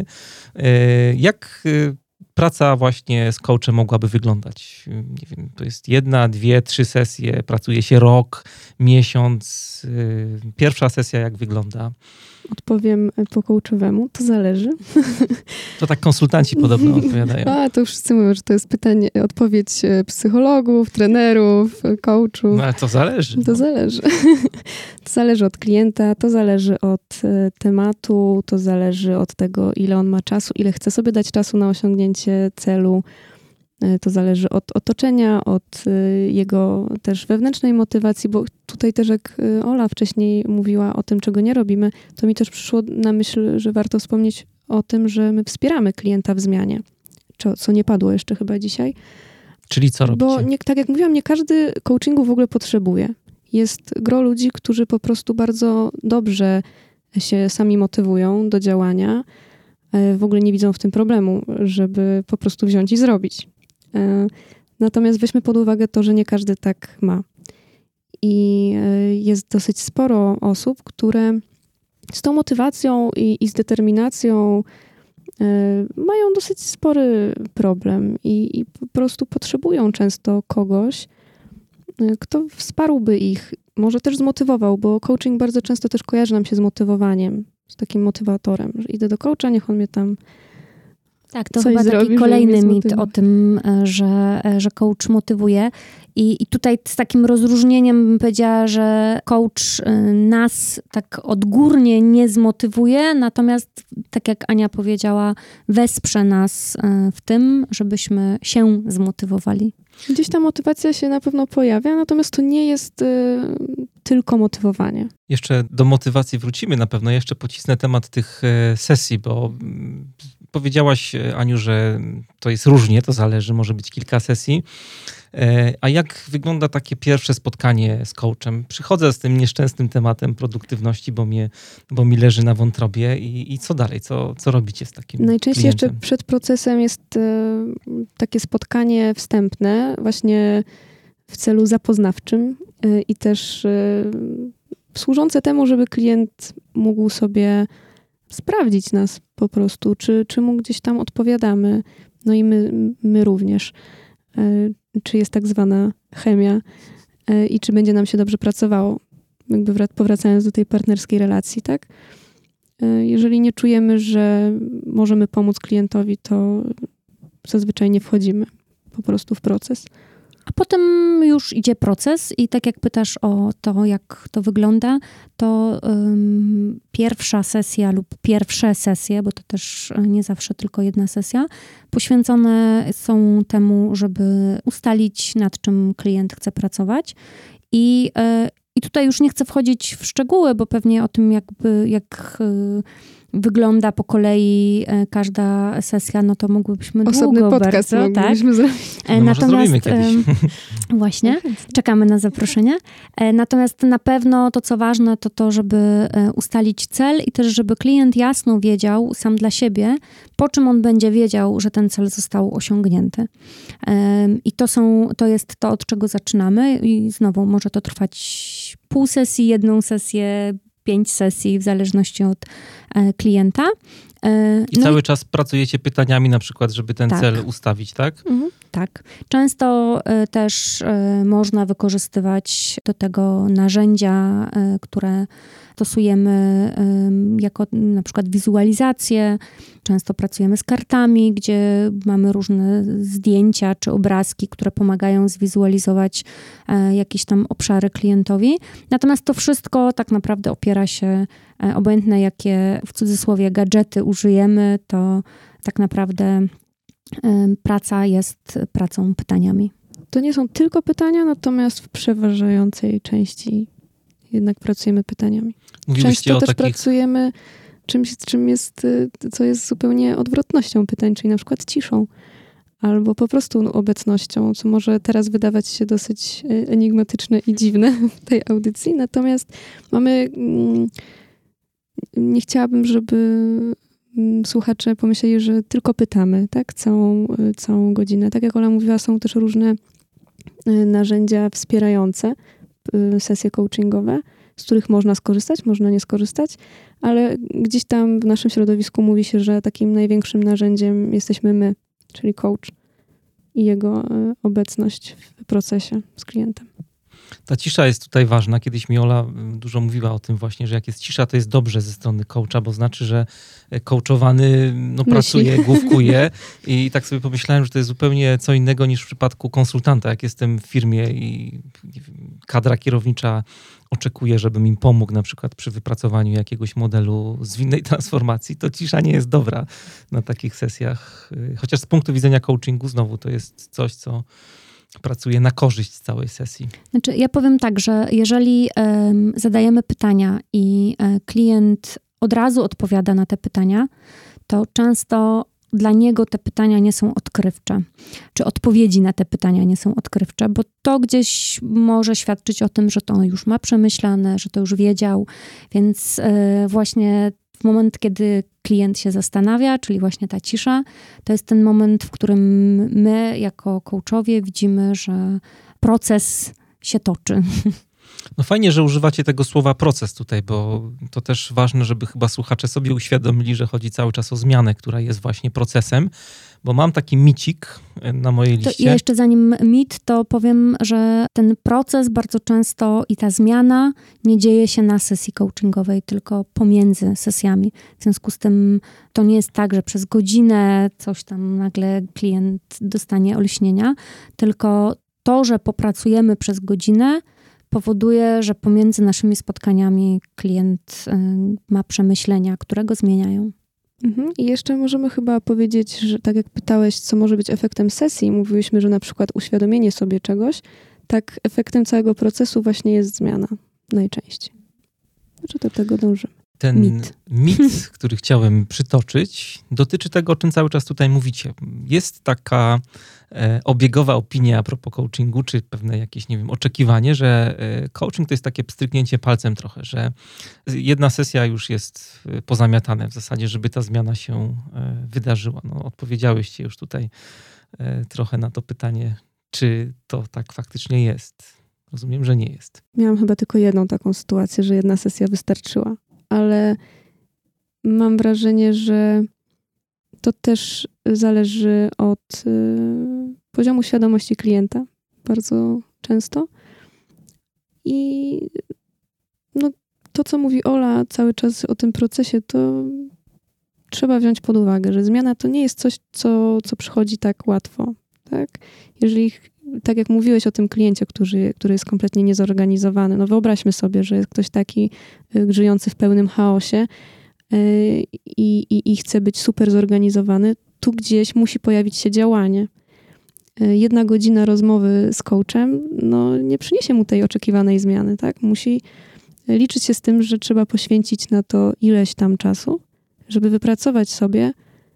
Jak praca właśnie z coachem mogłaby wyglądać? Nie wiem, to jest jedna, dwie, trzy sesje, pracuje się rok, miesiąc. Pierwsza sesja jak wygląda? Odpowiem po coachowemu, to zależy. To tak konsultanci podobno odpowiadają. A, to już wszyscy mówią, że to jest pytanie, odpowiedź psychologów, trenerów, coachów. No ale to zależy. To no. zależy. To zależy od klienta, to zależy od tematu, to zależy od tego, ile on ma czasu, ile chce sobie dać czasu na osiągnięcie celu. To zależy od otoczenia, od jego też wewnętrznej motywacji, bo tutaj też jak Ola wcześniej mówiła o tym, czego nie robimy, to mi też przyszło na myśl, że warto wspomnieć o tym, że my wspieramy klienta w zmianie, co nie padło jeszcze chyba dzisiaj. Czyli co robicie? Bo nie, tak jak mówiłam, nie każdy coachingu w ogóle potrzebuje. Jest gro ludzi, którzy po prostu bardzo dobrze się sami motywują do działania, w ogóle nie widzą w tym problemu, żeby po prostu wziąć i zrobić. Natomiast weźmy pod uwagę to, że nie każdy tak ma. I jest dosyć sporo osób, które z tą motywacją i, i z determinacją mają dosyć spory problem i, i po prostu potrzebują często kogoś, kto wsparłby ich, może też zmotywował, bo coaching bardzo często też kojarzy nam się z motywowaniem, z takim motywatorem, że idę do coacha, niech on mnie tam Tak, to coś chyba zrobi, taki kolejny żeby mnie mit o tym, że, że coach motywuje. I, I tutaj z takim rozróżnieniem bym powiedziała, że coach nas tak odgórnie nie zmotywuje, natomiast tak jak Ania powiedziała, wesprze nas w tym, żebyśmy się zmotywowali. Gdzieś ta motywacja się na pewno pojawia, natomiast to nie jest y, tylko motywowanie. Jeszcze do motywacji wrócimy na pewno. Jeszcze pocisnę temat tych sesji, bo powiedziałaś, Aniu, że to jest różnie, to zależy, może być kilka sesji. A jak wygląda takie pierwsze spotkanie z coachem? Przychodzę z tym nieszczęsnym tematem produktywności, bo, mnie, bo mi leży na wątrobie i, i co dalej? Co, co robicie z takim Najczęściej klientem? jeszcze przed procesem jest y, takie spotkanie wstępne, właśnie w celu zapoznawczym y, i też y, służące temu, żeby klient mógł sobie sprawdzić nas po prostu, czy, czy mu gdzieś tam odpowiadamy, no i my, my również. Y, czy jest tak zwana chemia y, i czy będzie nam się dobrze pracowało. Jakby wrac- powracając do tej partnerskiej relacji, tak? Y, jeżeli nie czujemy, że możemy pomóc klientowi, to zazwyczaj nie wchodzimy po prostu w proces. A potem już idzie proces i tak jak pytasz o to, jak to wygląda, to um, pierwsza sesja lub pierwsze sesje, bo to też nie zawsze tylko jedna sesja, poświęcone są temu, żeby ustalić, nad czym klient chce pracować. I, y, i tutaj już nie chcę wchodzić w szczegóły, bo pewnie o tym jakby jak y, wygląda po kolei każda sesja, no to mógłbyśmy Osobny długo podcast bardzo, moglibyśmy tak? zrobić. No może zrobimy kiedyś. Właśnie, czekamy na zaproszenie. Natomiast na pewno to, co ważne, to to, żeby ustalić cel i też, żeby klient jasno wiedział sam dla siebie, po czym on będzie wiedział, że ten cel został osiągnięty. I to są, to jest to, od czego zaczynamy i znowu może to trwać pół sesji, jedną sesję, pięć sesji, w zależności od e, klienta. E, I no cały i, czas pracujecie pytaniami na przykład, żeby ten tak. cel ustawić, tak? Mhm, tak. Często e, też e, można wykorzystywać do tego narzędzia, e, które stosujemy e, jako na przykład wizualizację. Często pracujemy z kartami, gdzie mamy różne zdjęcia czy obrazki, które pomagają zwizualizować e, jakieś tam obszary klientowi. Natomiast to wszystko tak naprawdę opiera się, e, obojętne jakie w cudzysłowie gadżety użyjemy, to tak naprawdę e, praca jest pracą pytaniami. To nie są tylko pytania, natomiast w przeważającej części jednak pracujemy pytaniami. Mówiłyście Często o też takich... pracujemy czymś, czym jest, co jest zupełnie odwrotnością pytań, czyli na przykład ciszą albo po prostu obecnością, co może teraz wydawać się dosyć enigmatyczne i dziwne w tej audycji. Natomiast mamy... Nie chciałabym, żeby słuchacze pomyśleli, że tylko pytamy, tak? Całą, całą godzinę. Tak jak Ola mówiła, są też różne narzędzia wspierające sesje coachingowe, z których można skorzystać, można nie skorzystać, ale gdzieś tam w naszym środowisku mówi się, że takim największym narzędziem jesteśmy my, czyli coach i jego obecność w procesie z klientem. Ta cisza jest tutaj ważna. Kiedyś mi Ola dużo mówiła o tym właśnie, że jak jest cisza, to jest dobrze ze strony coacha, bo znaczy, że coachowany no, pracuje, główkuje i tak sobie pomyślałem, że to jest zupełnie co innego niż w przypadku konsultanta. Jak jestem w firmie i kadra kierownicza oczekuje, żebym im pomógł na przykład przy wypracowaniu jakiegoś modelu zwinnej transformacji, to cisza nie jest dobra na takich sesjach. Chociaż z punktu widzenia coachingu znowu to jest coś, co pracuje na korzyść całej sesji. Znaczy, ja powiem tak, że jeżeli um, zadajemy pytania i um, klient od razu odpowiada na te pytania, to często dla niego te pytania nie są odkrywcze, czy odpowiedzi na te pytania nie są odkrywcze, bo to gdzieś może świadczyć o tym, że to on już ma przemyślane, że to już wiedział, więc yy, właśnie w moment, kiedy klient się zastanawia, czyli właśnie ta cisza, to jest ten moment, w którym my jako coachowie widzimy, że proces się toczy. No fajnie, że używacie tego słowa proces tutaj, bo to też ważne, żeby chyba słuchacze sobie uświadomili, że chodzi cały czas o zmianę, która jest właśnie procesem, bo mam taki micik na mojej liście. To jeszcze zanim mit, to powiem, że ten proces bardzo często i ta zmiana nie dzieje się na sesji coachingowej, tylko pomiędzy sesjami. W związku z tym to nie jest tak, że przez godzinę coś tam nagle klient dostanie olśnienia, tylko to, że popracujemy przez godzinę, powoduje, że pomiędzy naszymi spotkaniami klient ma przemyślenia, które go zmieniają. Mhm. I jeszcze możemy chyba powiedzieć, że tak jak pytałeś, co może być efektem sesji, mówiłyśmy, że na przykład uświadomienie sobie czegoś, tak efektem całego procesu właśnie jest zmiana najczęściej. Znaczy do tego dążymy. Ten mit, mit który chciałem przytoczyć, dotyczy tego, o czym cały czas tutaj mówicie. Jest taka e, obiegowa opinia a propos coachingu, czy pewne jakieś, nie wiem, oczekiwanie, że e, coaching to jest takie pstryknięcie palcem trochę, że jedna sesja już jest pozamiatane w zasadzie, żeby ta zmiana się e, wydarzyła. No, odpowiedziałyście już tutaj e, trochę na to pytanie, czy to tak faktycznie jest. Rozumiem, że nie jest. Miałam chyba tylko jedną taką sytuację, że jedna sesja wystarczyła. Ale mam wrażenie, że to też zależy od y, poziomu świadomości klienta bardzo często. I no, to, co mówi Ola cały czas o tym procesie, to trzeba wziąć pod uwagę, że zmiana to nie jest coś, co, co przychodzi tak łatwo. Tak? Jeżeli, tak jak mówiłeś o tym kliencie, który, który jest kompletnie niezorganizowany, no wyobraźmy sobie, że jest ktoś taki y, żyjący w pełnym chaosie y, i, i chce być super zorganizowany, tu gdzieś musi pojawić się działanie. Y, jedna godzina rozmowy z coachem no, nie przyniesie mu tej oczekiwanej zmiany. Tak? Musi liczyć się z tym, że trzeba poświęcić na to ileś tam czasu, żeby wypracować sobie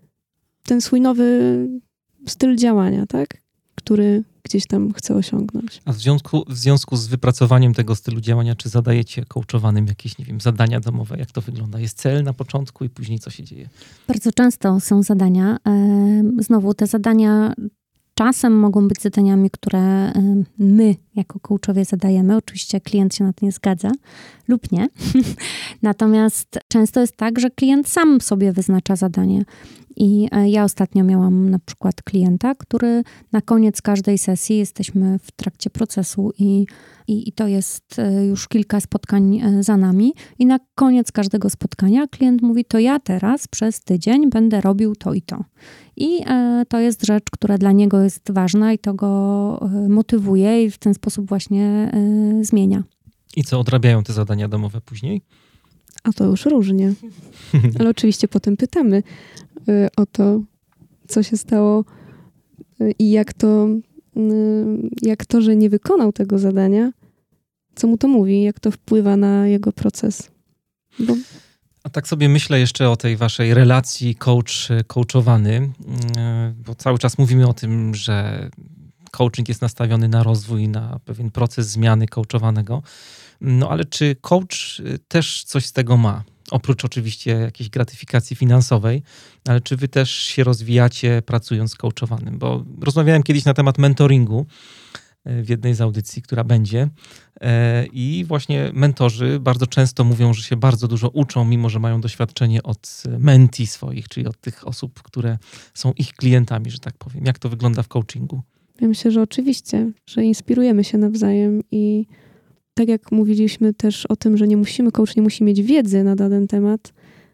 ten swój nowy styl działania, tak? Który gdzieś tam chce osiągnąć. A w związku, w związku z wypracowaniem tego stylu działania, czy zadajecie coachowanym jakieś, nie wiem, zadania domowe? Jak to wygląda? Jest cel na początku i później co się dzieje? Bardzo często są zadania. Znowu te zadania czasem mogą być zadaniami, które my jako coachowie zadajemy. Oczywiście klient się na to nie zgadza lub nie. Natomiast często jest tak, że klient sam sobie wyznacza zadanie. I ja ostatnio miałam na przykład klienta, który na koniec każdej sesji, jesteśmy w trakcie procesu i, i, i to jest już kilka spotkań za nami i na koniec każdego spotkania klient mówi, to ja teraz przez tydzień będę robił to i to. I e, to jest rzecz, która dla niego jest ważna i to go motywuje i w ten sposób właśnie e, zmienia. I co, odrabiają te zadania domowe później? A to już różnie. Ale oczywiście potem pytamy y, o to, co się stało y, i jak to, y, jak to, że nie wykonał tego zadania, co mu to mówi, jak to wpływa na jego proces. Bo... A tak sobie myślę jeszcze o tej waszej relacji coach-coachowany, y, bo cały czas mówimy o tym, że coaching jest nastawiony na rozwój, na pewien proces zmiany coachowanego. No ale czy coach też coś z tego ma? Oprócz oczywiście jakiejś gratyfikacji finansowej, ale czy wy też się rozwijacie pracując z coachowanym? Bo rozmawiałem kiedyś na temat mentoringu w jednej z audycji, która będzie i właśnie mentorzy bardzo często mówią, że się bardzo dużo uczą, mimo że mają doświadczenie od mentee swoich, czyli od tych osób, które są ich klientami, że tak powiem. Jak to wygląda w coachingu? Ja myślę, że oczywiście, że inspirujemy się nawzajem i tak jak mówiliśmy też o tym, że nie musimy, coach nie musi mieć wiedzy na dany temat,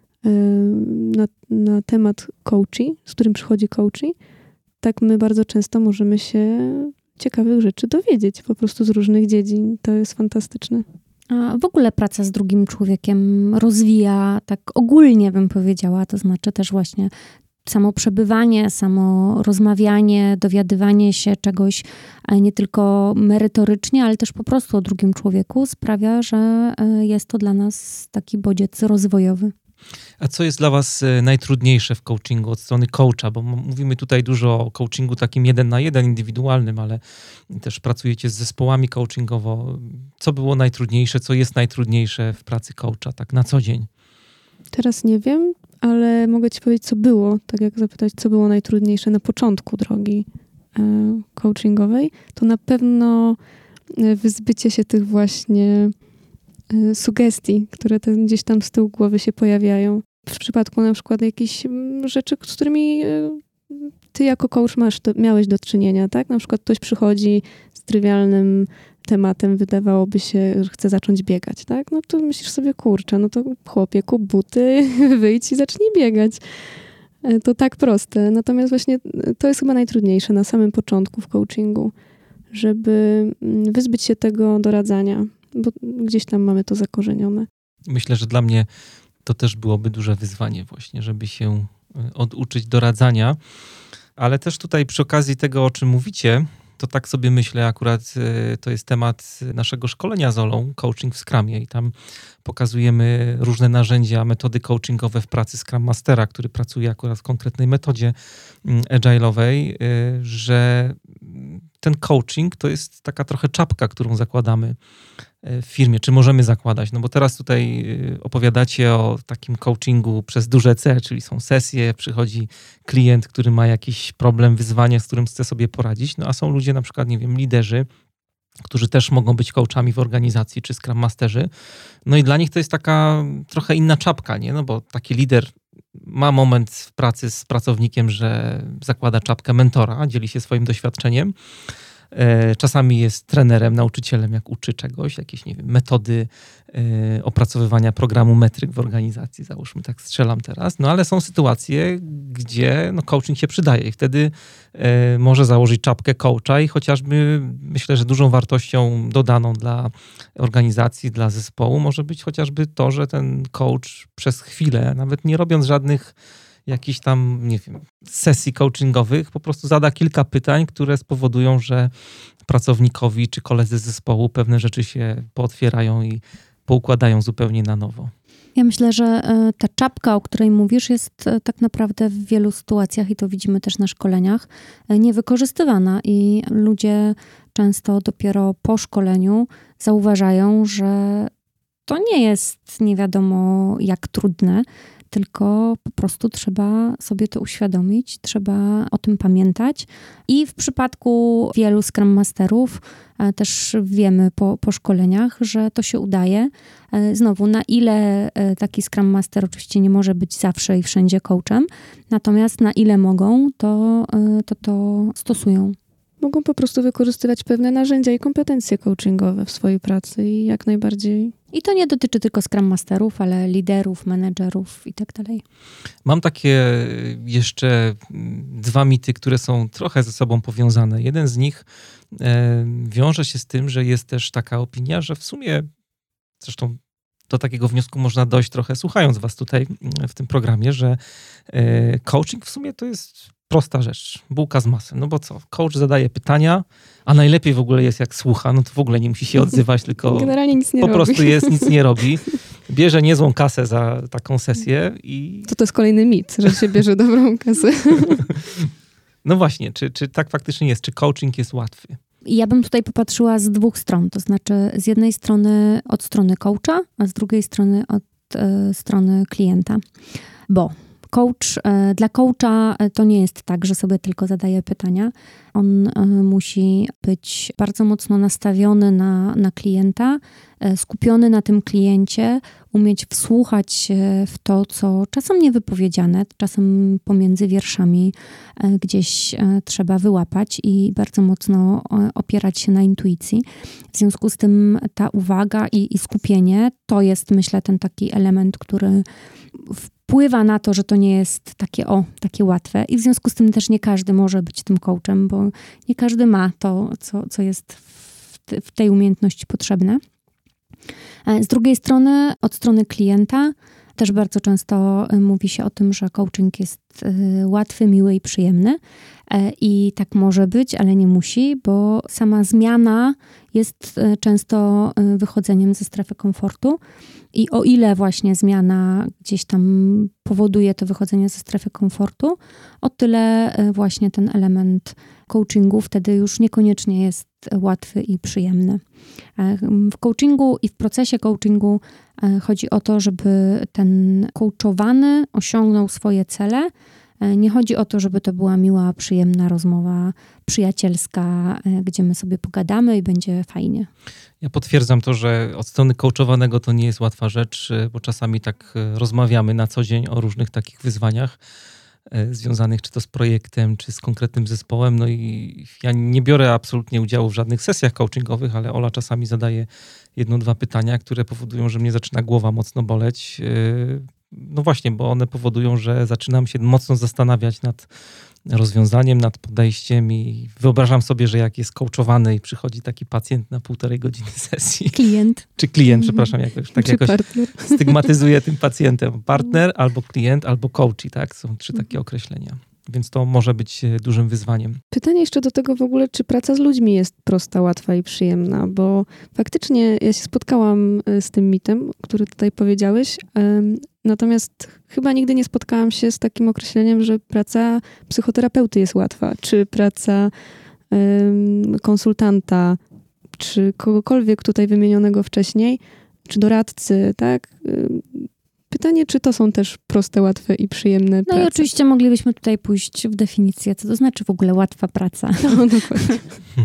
na, na temat coachi, z którym przychodzi coachi, tak my bardzo często możemy się ciekawych rzeczy dowiedzieć po prostu z różnych dziedzin. To jest fantastyczne. A w ogóle praca z drugim człowiekiem rozwija, tak ogólnie bym powiedziała, to znaczy też właśnie samo przebywanie, samo rozmawianie, dowiadywanie się czegoś nie tylko merytorycznie, ale też po prostu o drugim człowieku sprawia, że jest to dla nas taki bodziec rozwojowy. A co jest dla was najtrudniejsze w coachingu od strony coacha? Bo mówimy tutaj dużo o coachingu takim jeden na jeden, indywidualnym, ale też pracujecie z zespołami coachingowo. Co było najtrudniejsze, co jest najtrudniejsze w pracy coacha tak na co dzień? Teraz nie wiem, ale mogę ci powiedzieć, co było, tak jak zapytać, co było najtrudniejsze na początku drogi e, coachingowej. To na pewno wyzbycie się tych właśnie sugestii, które te gdzieś tam z tyłu głowy się pojawiają. W przypadku na przykład jakichś rzeczy, z którymi ty jako coach masz, do, miałeś do czynienia, tak? Na przykład ktoś przychodzi z trywialnym tematem, wydawałoby się, że chce zacząć biegać, tak? No to myślisz sobie, kurczę, no to chłopie, kup buty, wyjdź i zacznij biegać. To tak proste. Natomiast właśnie to jest chyba najtrudniejsze na samym początku w coachingu, żeby wyzbyć się tego doradzania, bo gdzieś tam mamy to zakorzenione. Myślę, że dla mnie to też byłoby duże wyzwanie właśnie, żeby się oduczyć doradzania, ale też tutaj przy okazji tego, o czym mówicie, to tak sobie myślę, akurat to jest temat naszego szkolenia z Olą, coaching w Scrumie i tam pokazujemy różne narzędzia, metody coachingowe w pracy Scrum Mastera, który pracuje akurat w konkretnej metodzie agile'owej, że ten coaching to jest taka trochę czapka, którą zakładamy w firmie, czy możemy zakładać, no bo teraz tutaj opowiadacie o takim coachingu przez duże C, czyli są sesje, przychodzi klient, który ma jakiś problem, wyzwanie, z którym chce sobie poradzić, no a są ludzie na przykład, nie wiem, liderzy, którzy też mogą być coachami w organizacji, czy Scrum Masterzy, no i dla nich to jest taka trochę inna czapka, nie, no bo taki lider ma moment w pracy z pracownikiem, że zakłada czapkę mentora, dzieli się swoim doświadczeniem. Czasami jest trenerem, nauczycielem, jak uczy czegoś, jakieś, nie wiem, metody opracowywania programu metryk w organizacji, załóżmy, tak strzelam teraz. No ale są sytuacje, gdzie no, coaching się przydaje i wtedy może założyć czapkę coacha i chociażby myślę, że dużą wartością dodaną dla organizacji, dla zespołu może być chociażby to, że ten coach przez chwilę, nawet nie robiąc żadnych jakichś tam, nie wiem, sesji coachingowych, po prostu zada kilka pytań, które spowodują, że pracownikowi czy koledzy z zespołu pewne rzeczy się pootwierają i poukładają zupełnie na nowo. Ja myślę, że ta czapka, o której mówisz, jest tak naprawdę w wielu sytuacjach, i to widzimy też na szkoleniach, niewykorzystywana i ludzie często dopiero po szkoleniu zauważają, że to nie jest nie wiadomo jak trudne, tylko po prostu trzeba sobie to uświadomić, trzeba o tym pamiętać. I w przypadku wielu Scrum Masterów też wiemy po, po szkoleniach, że to się udaje. Znowu, na ile taki Scrum Master oczywiście nie może być zawsze i wszędzie coachem, natomiast na ile mogą, to to, to stosują. Mogą po prostu wykorzystywać pewne narzędzia i kompetencje coachingowe w swojej pracy i jak najbardziej. I to nie dotyczy tylko Scrum Masterów, ale liderów, menedżerów i tak dalej. Mam takie jeszcze dwa mity, które są trochę ze sobą powiązane. Jeden z nich e, wiąże się z tym, że jest też taka opinia, że w sumie, zresztą do takiego wniosku można dojść trochę słuchając was tutaj w tym programie, że e, coaching w sumie to jest prosta rzecz, bułka z masłem. No bo co, coach zadaje pytania, a najlepiej w ogóle jest jak słucha, no to w ogóle nie musi się odzywać, tylko generalnie nic nie po robi. prostu jest, nic nie robi. Bierze niezłą kasę za taką sesję i... To to jest kolejny mit, że się bierze dobrą kasę. No właśnie, czy, czy tak faktycznie jest? Czy coaching jest łatwy? Ja bym tutaj popatrzyła z dwóch stron, to znaczy z jednej strony od strony coacha, a z drugiej strony od y, strony klienta. Bo coach, y, dla coacha to nie jest tak, że sobie tylko zadaje pytania. On y, musi być bardzo mocno nastawiony na, na klienta, y, skupiony na tym kliencie, umieć wsłuchać się w to, co czasem niewypowiedziane, czasem pomiędzy wierszami y, gdzieś y, trzeba wyłapać i bardzo mocno y, opierać się na intuicji. W związku z tym ta uwaga i, i skupienie to jest, myślę, ten taki element, który wpływa na to, że to nie jest takie o, takie łatwe i w związku z tym też nie każdy może być tym coachem, bo nie każdy ma to, co, co jest w, te, w tej umiejętności potrzebne. Z drugiej strony, od strony klienta też bardzo często mówi się o tym, że coaching jest łatwy, miły i przyjemny. I tak może być, ale nie musi, bo sama zmiana jest często wychodzeniem ze strefy komfortu. I o ile właśnie zmiana gdzieś tam powoduje to wychodzenie ze strefy komfortu, o tyle właśnie ten element coachingu wtedy już niekoniecznie jest łatwy i przyjemny. W coachingu i w procesie coachingu chodzi o to, żeby ten coachowany osiągnął swoje cele Nie chodzi o to, żeby to była miła, przyjemna rozmowa przyjacielska, gdzie my sobie pogadamy i będzie fajnie. Ja potwierdzam to, że od strony coachowanego to nie jest łatwa rzecz, bo czasami tak rozmawiamy na co dzień o różnych takich wyzwaniach związanych czy to z projektem, czy z konkretnym zespołem. No i ja nie biorę absolutnie udziału w żadnych sesjach coachingowych, ale Ola czasami zadaje jedno, dwa pytania, które powodują, że mnie zaczyna głowa mocno boleć. No właśnie, bo one powodują, że zaczynam się mocno zastanawiać nad rozwiązaniem, nad podejściem i wyobrażam sobie, że jak jest coachowany i przychodzi taki pacjent na półtorej godziny sesji. Klient. Czy klient, przepraszam, jakoś, tak czy jakoś partner. stygmatyzuje tym pacjentem. Partner albo klient, albo coach, tak? Są trzy takie określenia. Więc to może być dużym wyzwaniem. Pytanie jeszcze do tego w ogóle, czy praca z ludźmi jest prosta, łatwa i przyjemna, bo faktycznie ja się spotkałam z tym mitem, który tutaj powiedziałeś, natomiast chyba nigdy nie spotkałam się z takim określeniem, że praca psychoterapeuty jest łatwa, czy praca konsultanta, czy kogokolwiek tutaj wymienionego wcześniej, czy doradcy, tak? Pytanie, czy to są też proste, łatwe i przyjemne prace? No i oczywiście moglibyśmy tutaj pójść w definicję, co to znaczy w ogóle łatwa praca. No, dokładnie.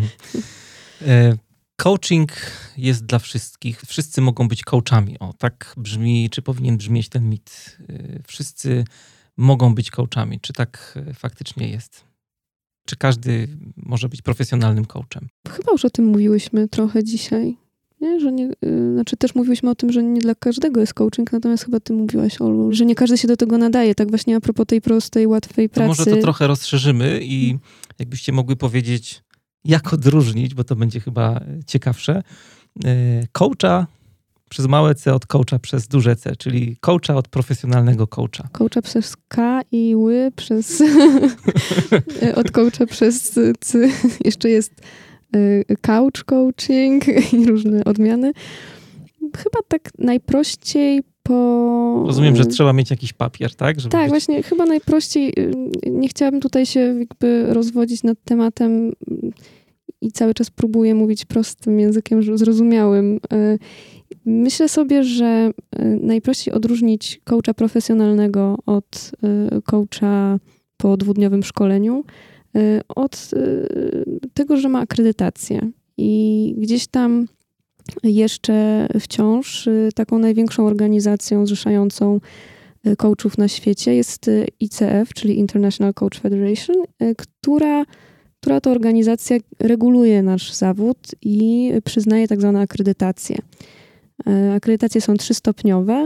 Coaching jest dla wszystkich. Wszyscy mogą być coachami. O, tak brzmi, czy powinien brzmieć ten mit. Wszyscy mogą być coachami. Czy tak faktycznie jest? Czy każdy może być profesjonalnym coachem? Chyba już o tym mówiłyśmy trochę dzisiaj. Nie? Że nie, yy, znaczy też mówiliśmy o tym, że nie dla każdego jest coaching, natomiast chyba ty mówiłaś, Olu, że nie każdy się do tego nadaje. Tak właśnie a propos tej prostej, łatwej pracy. To może to trochę rozszerzymy i jakbyście mogły powiedzieć, jak odróżnić, bo to będzie chyba ciekawsze, yy, coacha przez małe C od coacha przez duże C, czyli coacha od profesjonalnego coacha. Coacha przez K i ły przez... od coacha przez C. Jeszcze jest couch coaching i różne odmiany. Chyba tak najprościej po... Rozumiem, że trzeba mieć jakiś papier, tak? Żeby tak, być... właśnie chyba najprościej. Nie chciałabym tutaj się jakby rozwodzić nad tematem i cały czas próbuję mówić prostym językiem zrozumiałym. Myślę sobie, że najprościej odróżnić coacha profesjonalnego od coacha po dwudniowym szkoleniu od tego, że ma akredytację. I gdzieś tam jeszcze wciąż taką największą organizacją zrzeszającą coachów na świecie jest I C F, czyli International Coach Federation, która, która to organizacja reguluje nasz zawód i przyznaje tak zwane akredytacje. Akredytacje są trzystopniowe.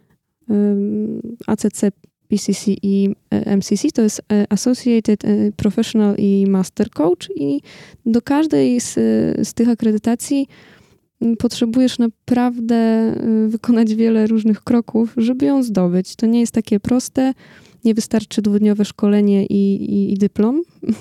A C C, P C C i M C C to jest Associated Professional i Master Coach i do każdej z, z tych akredytacji potrzebujesz naprawdę wykonać wiele różnych kroków, żeby ją zdobyć. To nie jest takie proste, nie wystarczy dwudniowe szkolenie i, i, i dyplom.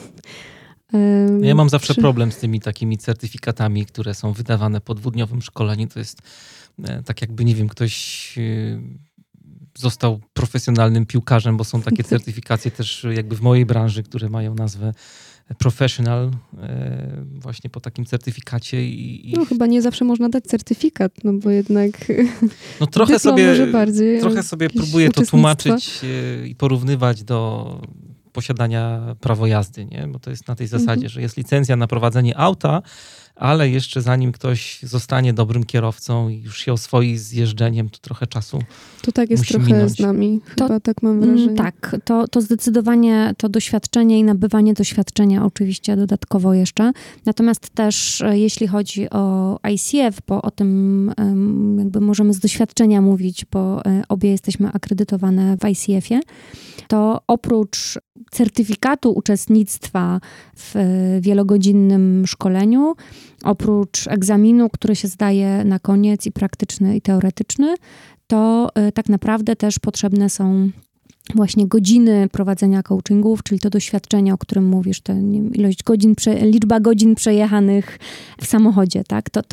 Ja mam zawsze Czy... problem z tymi takimi certyfikatami, które są wydawane po dwudniowym szkoleniu. To jest tak jakby, nie wiem, ktoś został profesjonalnym piłkarzem, bo są takie certyfikacje też jakby w mojej branży, które mają nazwę professional, właśnie po takim certyfikacie. I, i... No chyba nie zawsze można dać certyfikat, no bo jednak no trochę sobie, może bardziej, trochę sobie próbuję to tłumaczyć i porównywać do posiadania prawo jazdy, nie? Bo to jest na tej zasadzie, mhm. że jest licencja na prowadzenie auta, ale jeszcze zanim ktoś zostanie dobrym kierowcą i już się oswoi z jeżdżeniem, to trochę czasu To tak jest musi trochę minąć. z nami. Chyba to, tak mam wrażenie. Tak, to, to zdecydowanie to doświadczenie i nabywanie doświadczenia oczywiście dodatkowo jeszcze. Natomiast też jeśli chodzi o I C F, bo o tym jakby możemy z doświadczenia mówić, bo obie jesteśmy akredytowane w I C F-ie, to oprócz certyfikatu uczestnictwa w wielogodzinnym szkoleniu, oprócz egzaminu, który się zdaje na koniec i praktyczny i teoretyczny, to tak naprawdę też potrzebne są właśnie godziny prowadzenia coachingów, czyli to doświadczenie, o którym mówisz, to nie wiem, ilość godzin, liczba godzin przejechanych w samochodzie, tak? To, to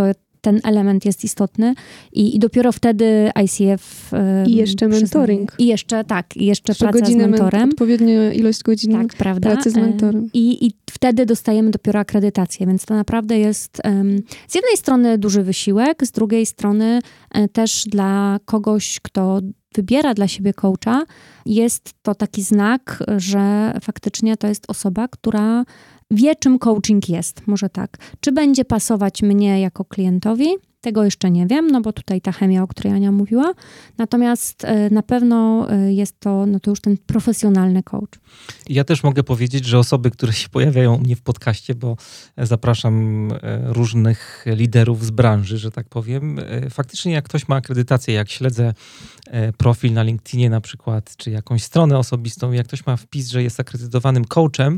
ten element jest istotny i, i dopiero wtedy I C F... I jeszcze mentoring. I jeszcze, tak, i jeszcze praca z mentorem. Odpowiednia ilość godzin tak, prawda? pracy z mentorem. I, I wtedy dostajemy dopiero akredytację, więc to naprawdę jest um, z jednej strony duży wysiłek, z drugiej strony um, też dla kogoś, kto wybiera dla siebie coacha, jest to taki znak, że faktycznie to jest osoba, która wie, czym coaching jest. Może tak. Czy będzie pasować mnie jako klientowi? Tego jeszcze nie wiem, no bo tutaj ta chemia, o której Ania mówiła. Natomiast na pewno jest to, no to już ten profesjonalny coach. Ja też mogę powiedzieć, że osoby, które się pojawiają u mnie w podcaście, bo zapraszam różnych liderów z branży, że tak powiem. Faktycznie jak ktoś ma akredytację, jak śledzę profil na LinkedInie na przykład, czy jakąś stronę osobistą, jak ktoś ma wpis, że jest akredytowanym coachem,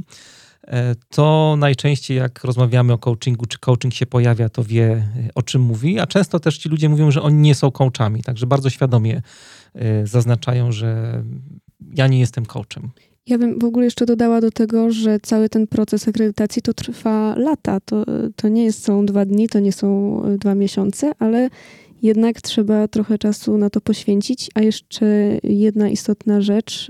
to najczęściej jak rozmawiamy o coachingu, czy coaching się pojawia, to wie, o czym mówi, a często też ci ludzie mówią, że oni nie są coachami, także bardzo świadomie zaznaczają, że ja nie jestem coachem. Ja bym w ogóle jeszcze dodała do tego, że cały ten proces akredytacji to trwa lata. To, to nie jest, są dwa dni, to nie są dwa miesiące, ale jednak trzeba trochę czasu na to poświęcić. A jeszcze jedna istotna rzecz,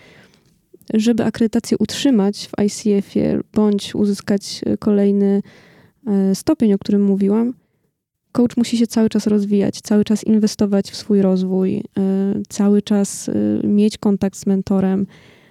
żeby akredytację utrzymać w I C F-ie bądź uzyskać kolejny stopień, o którym mówiłam, coach musi się cały czas rozwijać, cały czas inwestować w swój rozwój, cały czas mieć kontakt z mentorem,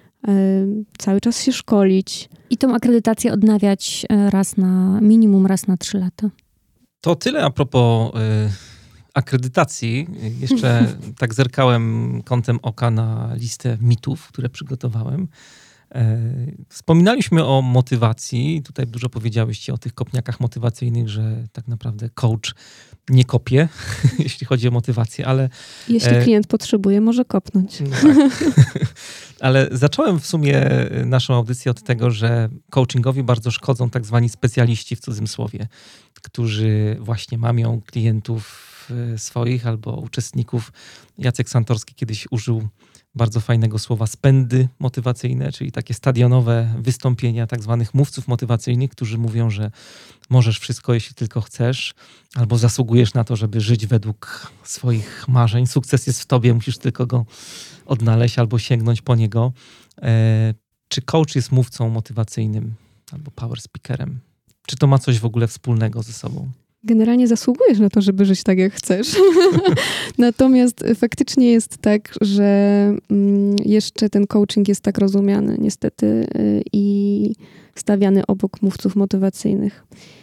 cały czas się szkolić. I tą akredytację odnawiać raz na, minimum raz na trzy lata. To tyle a propos y, akredytacji. Jeszcze tak zerkałem kątem oka na listę mitów, które przygotowałem. Wspominaliśmy o motywacji. Tutaj dużo powiedziałyście o tych kopniakach motywacyjnych, że tak naprawdę coach nie kopie, jeśli chodzi o motywację, ale... Jeśli klient potrzebuje, może kopnąć. No tak. Ale zacząłem w sumie naszą audycję od tego, że coachingowi bardzo szkodzą tak zwani specjaliści w cudzym słowie, którzy właśnie mamią klientów swoich albo uczestników. Jacek Santorski kiedyś użył bardzo fajnego słowa spędy motywacyjne, czyli takie stadionowe wystąpienia tak zwanych mówców motywacyjnych, którzy mówią, że możesz wszystko, jeśli tylko chcesz, albo zasługujesz na to, żeby żyć według swoich marzeń. Sukces jest w tobie, musisz tylko go odnaleźć albo sięgnąć po niego. E, czy coach jest mówcą motywacyjnym albo power speakerem? Czy to ma coś w ogóle wspólnego ze sobą? Generalnie zasługujesz na to, żeby żyć tak, jak chcesz. Natomiast faktycznie jest tak, że jeszcze ten coaching jest tak rozumiany niestety i stawiany obok mówców motywacyjnych.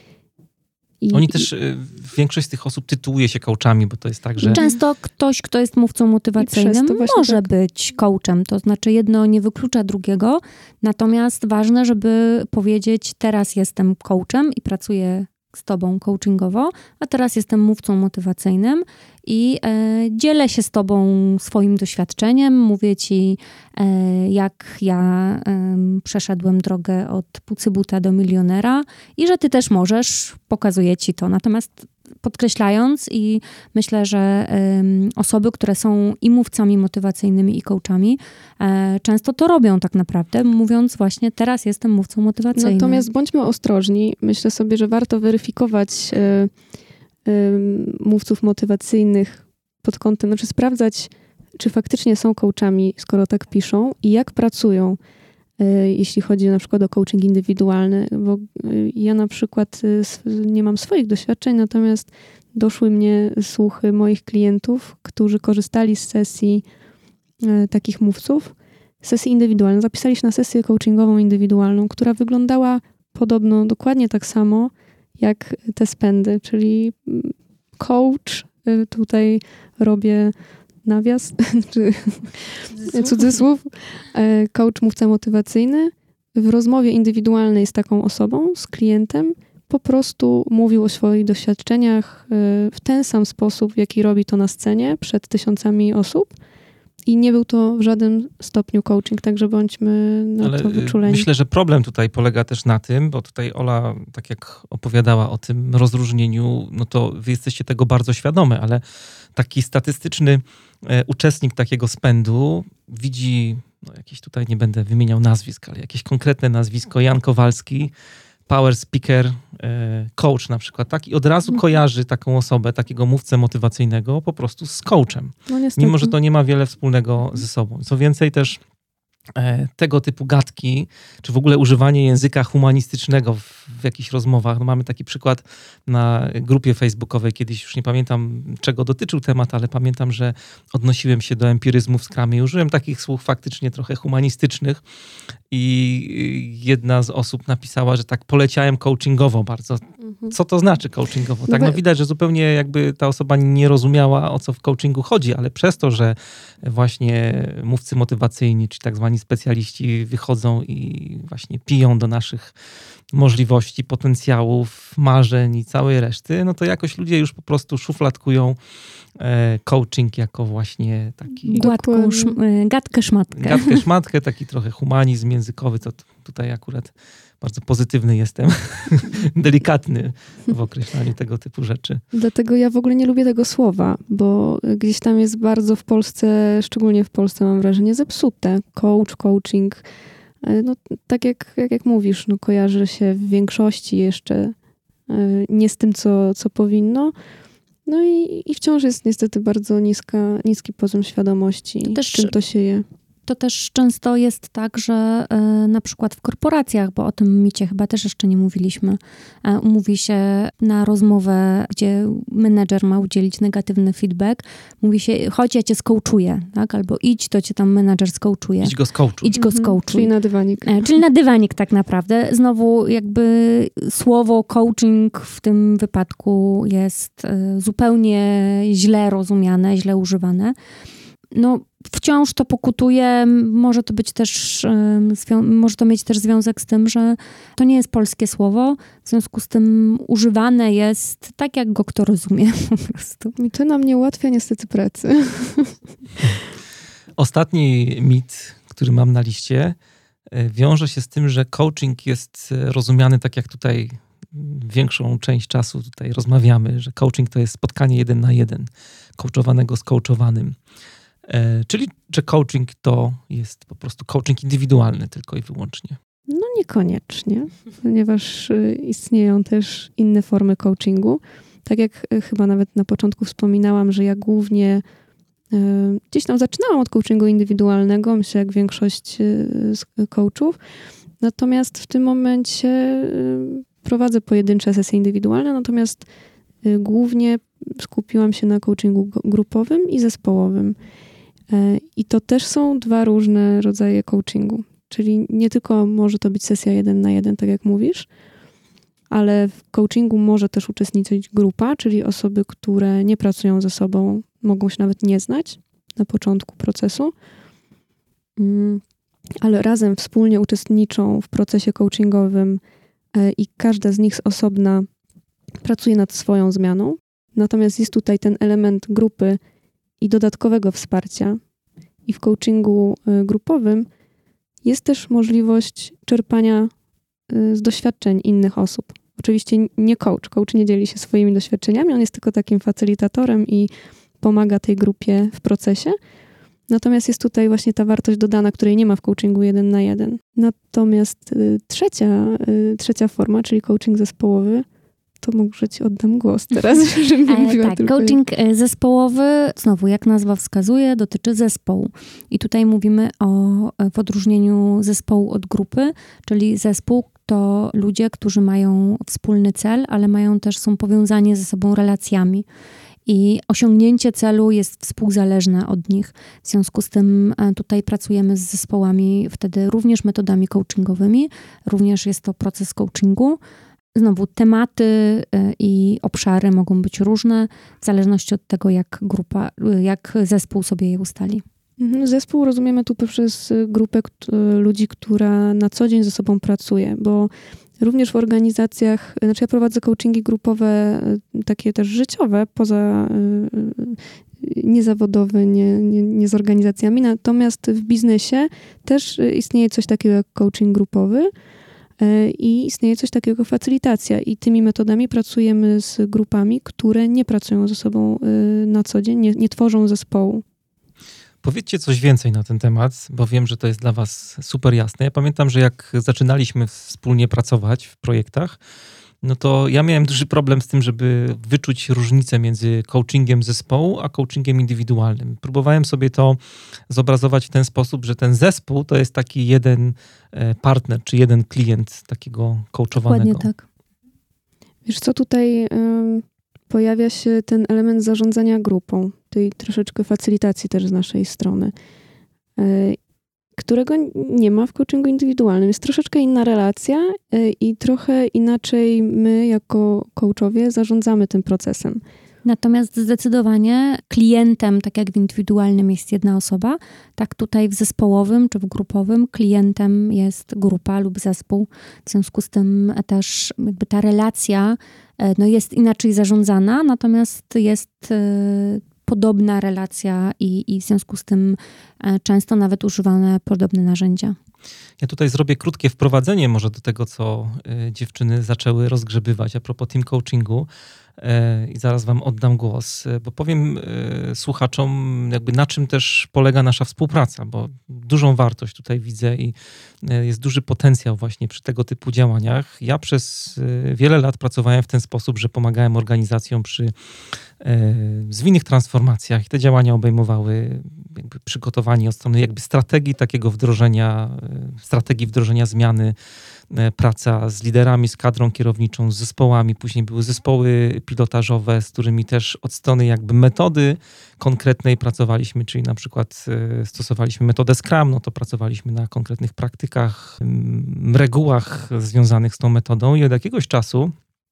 I, Oni też, większość z tych osób tytułuje się coachami, bo to jest tak, że... Często ktoś, kto jest mówcą motywacyjnym, może tak być coachem. To znaczy jedno nie wyklucza drugiego, natomiast ważne, żeby powiedzieć, teraz jestem coachem i pracuję z tobą coachingowo, a teraz jestem mówcą motywacyjnym i e, dzielę się z tobą swoim doświadczeniem, mówię ci, e, jak ja e, przeszedłem drogę od pucybuta do milionera i że ty też możesz, pokazuję ci to. Natomiast podkreślając i myślę, że y, osoby, które są i mówcami motywacyjnymi i coachami, y, często to robią tak naprawdę, mówiąc właśnie teraz jestem mówcą motywacyjnym. Natomiast bądźmy ostrożni. Myślę sobie, że warto weryfikować y, y, mówców motywacyjnych pod kątem, znaczy sprawdzać, czy faktycznie są coachami, skoro tak piszą i jak pracują, jeśli chodzi na przykład o coaching indywidualny, bo ja na przykład nie mam swoich doświadczeń, natomiast doszły mnie słuchy moich klientów, którzy korzystali z sesji takich mówców, sesji indywidualnej. Zapisali się na sesję coachingową indywidualną, która wyglądała podobno dokładnie tak samo jak te spędy, czyli coach, tutaj robię nawias, czy cudzysłów, coach, mówca motywacyjny w rozmowie indywidualnej z taką osobą, z klientem, po prostu mówił o swoich doświadczeniach w ten sam sposób, w jaki robi to na scenie przed tysiącami osób i nie był to w żadnym stopniu coaching, także bądźmy na Ale to wyczuleni. Myślę, że problem tutaj polega też na tym, bo tutaj Ola, tak jak opowiadała o tym rozróżnieniu, no to wy jesteście tego bardzo świadome, ale taki statystyczny e, uczestnik takiego spędu widzi, no jakieś tutaj nie będę wymieniał nazwisk, ale jakieś konkretne nazwisko, Jan Kowalski, power speaker, coach na przykład, tak? I od razu mhm. kojarzy taką osobę, takiego mówcę motywacyjnego po prostu z coachem. No mimo, że to nie ma wiele wspólnego ze sobą. Co więcej też tego typu gadki, czy w ogóle używanie języka humanistycznego w, w jakichś rozmowach. No mamy taki przykład na grupie facebookowej, kiedyś już nie pamiętam, czego dotyczył temat, ale pamiętam, że odnosiłem się do empiryzmu w Scrumie i użyłem takich słów faktycznie trochę humanistycznych i jedna z osób napisała, że tak poleciałem coachingowo bardzo. Co to znaczy coachingowo? Tak, no widać, że zupełnie jakby ta osoba nie rozumiała, o co w coachingu chodzi, ale przez to, że właśnie mówcy motywacyjni, czy tak zwani specjaliści wychodzą i właśnie piją do naszych możliwości, potencjałów, marzeń i całej reszty, no to jakoś ludzie już po prostu szufladkują e, coaching jako właśnie taki... Gładką, szm- gadkę szmatkę. Gadkę szmatkę, taki trochę humanizm językowy, to tutaj akurat bardzo pozytywny jestem, delikatny w określaniu tego typu rzeczy. Dlatego ja w ogóle nie lubię tego słowa, bo gdzieś tam jest bardzo w Polsce, szczególnie w Polsce mam wrażenie, zepsute. Coach, coaching, no tak jak, jak, jak mówisz, no kojarzy się w większości jeszcze nie z tym, co, co powinno. No i, i wciąż jest niestety bardzo niska, niski poziom świadomości, też, czym to się je. To też często jest tak, że y, na przykład w korporacjach, bo o tym micie chyba też jeszcze nie mówiliśmy, y, umówi się na rozmowę, gdzie menedżer ma udzielić negatywny feedback, mówi się, chodź, ja cię skołczuję, tak? Albo idź, to cię tam menedżer skołczuje. Idź go skołczuj. Idź go skołczuj. Mhm, czyli na dywanik. Y, czyli na dywanik tak naprawdę. Znowu jakby słowo coaching w tym wypadku jest y, zupełnie źle rozumiane, źle używane. No, wciąż to pokutuje, może to być też, może to mieć też związek z tym, że to nie jest polskie słowo, w związku z tym używane jest tak, jak go kto rozumie po prostu. I to nam nie ułatwia niestety pracy. Ostatni mit, który mam na liście, wiąże się z tym, że coaching jest rozumiany tak, jak tutaj większą część czasu tutaj rozmawiamy, że coaching to jest spotkanie jeden na jeden, coachowanego z coachowanym. Czyli, że coaching to jest po prostu coaching indywidualny tylko i wyłącznie. No niekoniecznie, ponieważ istnieją też inne formy coachingu. Tak jak chyba nawet na początku wspominałam, że ja głównie gdzieś tam zaczynałam od coachingu indywidualnego, myślę jak większość z coachów. Natomiast w tym momencie prowadzę pojedyncze sesje indywidualne, natomiast głównie skupiłam się na coachingu grupowym i zespołowym. I to też są dwa różne rodzaje coachingu. Czyli nie tylko może to być sesja jeden na jeden, tak jak mówisz, ale w coachingu może też uczestniczyć grupa, czyli osoby, które nie pracują ze sobą, mogą się nawet nie znać na początku procesu, ale razem wspólnie uczestniczą w procesie coachingowym i każda z nich z osobna pracuje nad swoją zmianą. Natomiast jest tutaj ten element grupy i dodatkowego wsparcia. I w coachingu grupowym jest też możliwość czerpania z doświadczeń innych osób. Oczywiście nie coach. Coach nie dzieli się swoimi doświadczeniami, on jest tylko takim facylitatorem i pomaga tej grupie w procesie. Natomiast jest tutaj właśnie ta wartość dodana, której nie ma w coachingu jeden na jeden. Natomiast trzecia, trzecia forma, czyli coaching zespołowy, to może ci oddam głos teraz, żebym nie mówiła e, tak, tylko. Coaching zespołowy, znowu jak nazwa wskazuje, dotyczy zespołu. I tutaj mówimy o w odróżnieniu zespołu od grupy, czyli zespół to ludzie, którzy mają wspólny cel, ale mają też, są powiązani ze sobą relacjami. I osiągnięcie celu jest współzależne od nich. W związku z tym tutaj pracujemy z zespołami wtedy również metodami coachingowymi, również jest to proces coachingu. Znowu tematy i obszary mogą być różne w zależności od tego, jak grupa, jak zespół sobie je ustali. Zespół rozumiemy tu poprzez grupę ludzi, która na co dzień ze sobą pracuje, bo również w organizacjach, znaczy ja prowadzę coachingi grupowe, takie też życiowe, poza niezawodowe, nie, nie, nie z organizacjami, natomiast w biznesie też istnieje coś takiego jak coaching grupowy i istnieje coś takiego jak facylitacja i tymi metodami pracujemy z grupami, które nie pracują ze sobą na co dzień, nie, nie tworzą zespołu. Powiedzcie coś więcej na ten temat, bo wiem, że to jest dla was super jasne. Ja pamiętam, że jak zaczynaliśmy wspólnie pracować w projektach, no to ja miałem duży problem z tym, żeby wyczuć różnicę między coachingiem zespołu a coachingiem indywidualnym. Próbowałem sobie to zobrazować w ten sposób, że ten zespół to jest taki jeden partner, czy jeden klient takiego coachowanego. Dokładnie tak. Wiesz co, tutaj y, pojawia się ten element zarządzania grupą, tej troszeczkę facylitacji też z naszej strony, y, którego nie ma w coachingu indywidualnym. Jest troszeczkę inna relacja y, i trochę inaczej my jako coachowie zarządzamy tym procesem. Natomiast zdecydowanie klientem, tak jak w indywidualnym jest jedna osoba, tak tutaj w zespołowym czy w grupowym klientem jest grupa lub zespół. W związku z tym też jakby ta relacja no, jest inaczej zarządzana, natomiast jest y, podobna relacja i, i w związku z tym y, często nawet używane podobne narzędzia. Ja tutaj zrobię krótkie wprowadzenie może do tego, co y, dziewczyny zaczęły rozgrzebywać a propos team coachingu. I zaraz wam oddam głos, bo powiem słuchaczom jakby na czym też polega nasza współpraca, bo dużą wartość tutaj widzę i jest duży potencjał właśnie przy tego typu działaniach. Ja przez wiele lat pracowałem w ten sposób, że pomagałem organizacjom przy zwinnych transformacjach i te działania obejmowały jakby przygotowanie od strony jakby strategii takiego wdrożenia, strategii wdrożenia zmiany, praca z liderami, z kadrą kierowniczą, z zespołami. Później były zespoły pilotażowe, z którymi też od strony jakby metody konkretnej pracowaliśmy, czyli na przykład stosowaliśmy metodę Scrum, no to pracowaliśmy na konkretnych praktykach, regułach związanych z tą metodą i od jakiegoś czasu,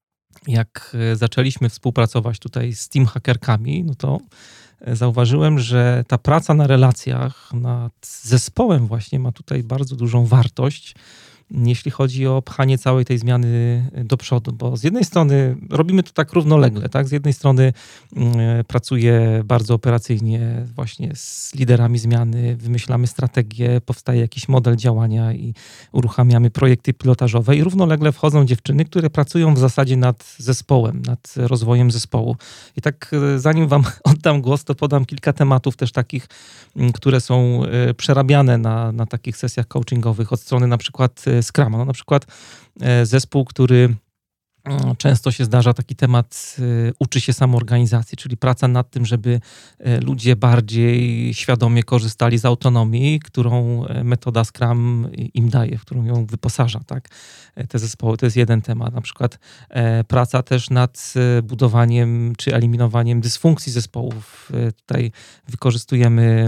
jak zaczęliśmy współpracować tutaj z team hackerkami, no to zauważyłem, że ta praca na relacjach, nad zespołem właśnie ma tutaj bardzo dużą wartość, jeśli chodzi o pchanie całej tej zmiany do przodu, bo z jednej strony robimy to tak równolegle, tak? Z jednej strony y, pracuję bardzo operacyjnie właśnie z liderami zmiany, wymyślamy strategię, powstaje jakiś model działania i uruchamiamy projekty pilotażowe i równolegle wchodzą dziewczyny, które pracują w zasadzie nad zespołem, nad rozwojem zespołu. I tak y, zanim wam oddam głos, to podam kilka tematów też takich, y, które są y, przerabiane na, na takich sesjach coachingowych od strony na przykład y, Scrama. No, na przykład zespół, który często się zdarza taki temat, uczy się samoorganizacji, czyli praca nad tym, żeby ludzie bardziej świadomie korzystali z autonomii, którą metoda Scrum im daje, w którą ją wyposaża, tak? Te zespoły, to jest jeden temat. Na przykład praca też nad budowaniem czy eliminowaniem dysfunkcji zespołów. Tutaj wykorzystujemy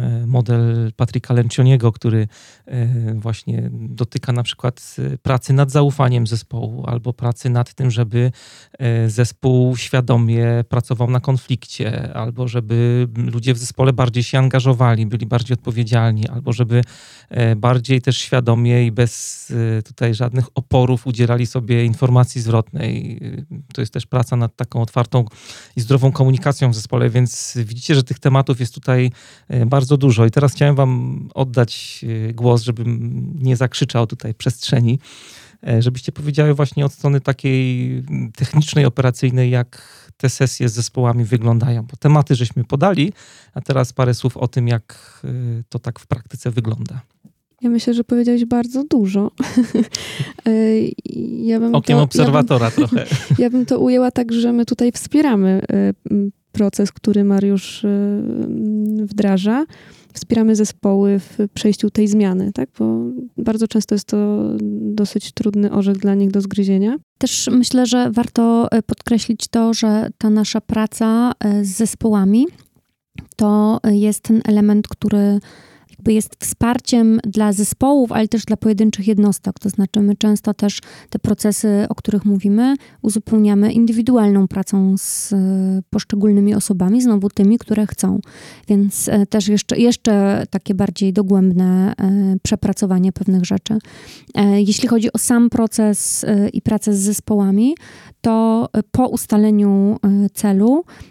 model Patricka Lencioniego, który właśnie dotyka na przykład pracy nad zaufaniem zespołu albo pracy nad tym, żeby zespół świadomie pracował na konflikcie, albo żeby ludzie w zespole bardziej się angażowali, byli bardziej odpowiedzialni, albo żeby bardziej też świadomie i bez tutaj żadnych oporów udzielali sobie informacji zwrotnej. To jest też praca nad taką otwartą i zdrową komunikacją w zespole, więc widzicie, że tych tematów jest tutaj bardzo dużo. I teraz chciałem wam oddać głos, żebym nie zakrzyczał tutaj przestrzeni, żebyście powiedziały właśnie od strony takiej technicznej, operacyjnej, jak te sesje z zespołami wyglądają. Bo tematy żeśmy podali, a teraz parę słów o tym, jak to tak w praktyce wygląda. Ja myślę, że powiedziałeś bardzo dużo. ja bym Okiem to, obserwatora ja bym, trochę. Ja bym to ujęła tak, że my tutaj wspieramy proces, który Mariusz wdraża. Wspieramy zespoły w przejściu tej zmiany, tak? Bo bardzo często jest to dosyć trudny orzech dla nich do zgryzienia. Też myślę, że warto podkreślić to, że ta nasza praca z zespołami to jest ten element, który jakby jest wsparciem dla zespołów, ale też dla pojedynczych jednostek. To znaczy my często też te procesy, o których mówimy, uzupełniamy indywidualną pracą z poszczególnymi osobami, znowu tymi, które chcą. Więc też jeszcze, jeszcze takie bardziej dogłębne przepracowanie pewnych rzeczy. Jeśli chodzi o sam proces i pracę z zespołami, to po ustaleniu celu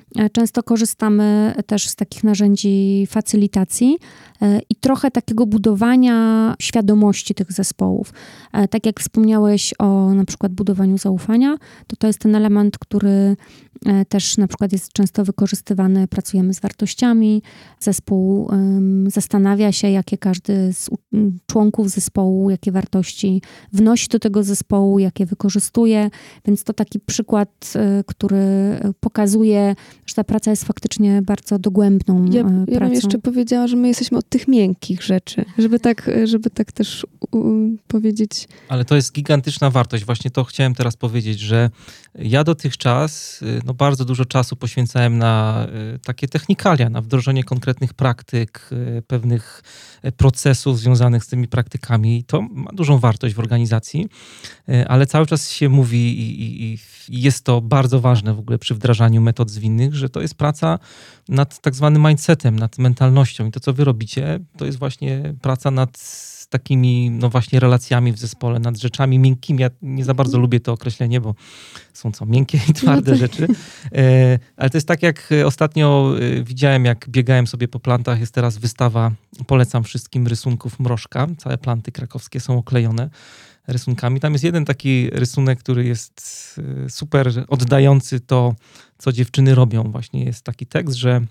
Często korzystamy też z takich narzędzi facylitacji i trochę takiego budowania świadomości tych zespołów. Tak jak wspomniałeś o na przykład budowaniu zaufania, to to jest ten element, który też na przykład jest często wykorzystywany. Pracujemy z wartościami. Zespół um, zastanawia się, jakie każdy z członków zespołu, jakie wartości wnosi do tego zespołu, jakie wykorzystuje. Więc to taki przykład, który pokazuje, że ta praca jest faktycznie bardzo dogłębną ja, pracą. Ja bym jeszcze powiedziała, że my jesteśmy od tych miękkich rzeczy, żeby tak, żeby tak też um, powiedzieć. Ale to jest gigantyczna wartość. Właśnie to chciałem teraz powiedzieć, że ja dotychczas no, bardzo dużo czasu poświęcałem na y, takie technikalia, na wdrożenie konkretnych praktyk, y, pewnych procesów związanych z tymi praktykami. I to ma dużą wartość w organizacji, y, ale cały czas się mówi i, i, i jest to bardzo ważne w ogóle przy wdrażaniu metod zwinnych, że to jest praca nad tak zwanym mindsetem, nad mentalnością. I to, co wy robicie, to jest właśnie praca nad takimi, no właśnie, relacjami w zespole, nad rzeczami miękkimi. Ja nie za bardzo lubię to określenie, bo są co miękkie i twarde rzeczy. E, ale to jest tak, jak ostatnio widziałem, jak biegałem sobie po plantach, jest teraz wystawa, polecam wszystkim, rysunków Mrożka. Całe planty krakowskie są oklejone rysunkami. Tam jest jeden taki rysunek, który jest super oddający to, co dziewczyny robią. Właśnie jest taki tekst, że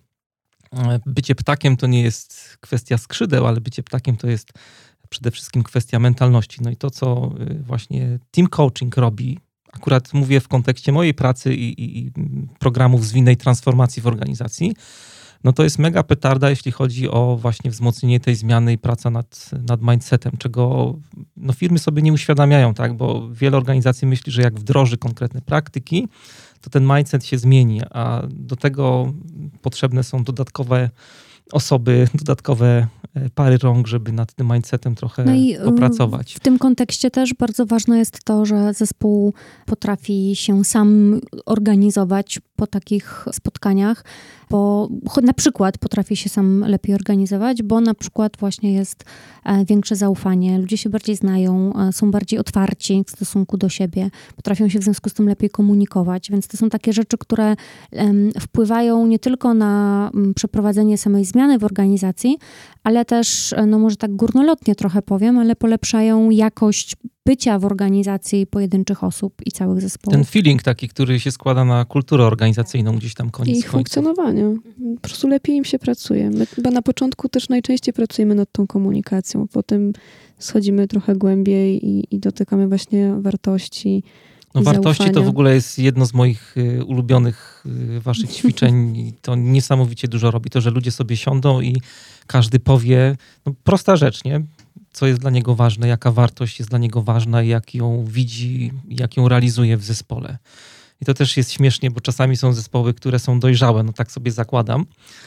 bycie ptakiem to nie jest kwestia skrzydeł, ale bycie ptakiem to jest przede wszystkim kwestia mentalności. No i to, co właśnie team coaching robi, akurat mówię w kontekście mojej pracy i, i, i programów zwinnej transformacji w organizacji, no to jest mega petarda, jeśli chodzi o właśnie wzmocnienie tej zmiany i praca nad, nad mindsetem, czego no firmy sobie nie uświadamiają, tak? Bo wiele organizacji myśli, że jak wdroży konkretne praktyki, to ten mindset się zmieni, a do tego potrzebne są dodatkowe osoby, dodatkowe pary rąk, żeby nad tym mindsetem trochę no i popracować. W tym kontekście też bardzo ważne jest to, że zespół potrafi się sam organizować po takich spotkaniach, bo na przykład potrafi się sam lepiej organizować, bo na przykład właśnie jest większe zaufanie, ludzie się bardziej znają, są bardziej otwarci w stosunku do siebie, potrafią się w związku z tym lepiej komunikować, więc to są takie rzeczy, które wpływają nie tylko na przeprowadzenie samej zmiany w organizacji, ale też, no może tak górnolotnie trochę powiem, ale polepszają jakość bycia w organizacji pojedynczych osób i całych zespołów. Ten feeling taki, który się składa na kulturę organizacyjną gdzieś tam koniec I ich funkcjonowanie. Po prostu lepiej im się pracuje. My chyba na początku też najczęściej pracujemy nad tą komunikacją, potem schodzimy trochę głębiej i, i dotykamy właśnie wartości. No wartości zaufania. To w ogóle jest jedno z moich y, ulubionych y, waszych ćwiczeń i to niesamowicie dużo robi. To, że ludzie sobie siądą i każdy powie, no prosta rzecz, nie? Co jest dla niego ważne, jaka wartość jest dla niego ważna, jak ją widzi, jak ją realizuje w zespole. I to też jest śmiesznie, bo czasami są zespoły, które są dojrzałe, no tak sobie zakładam,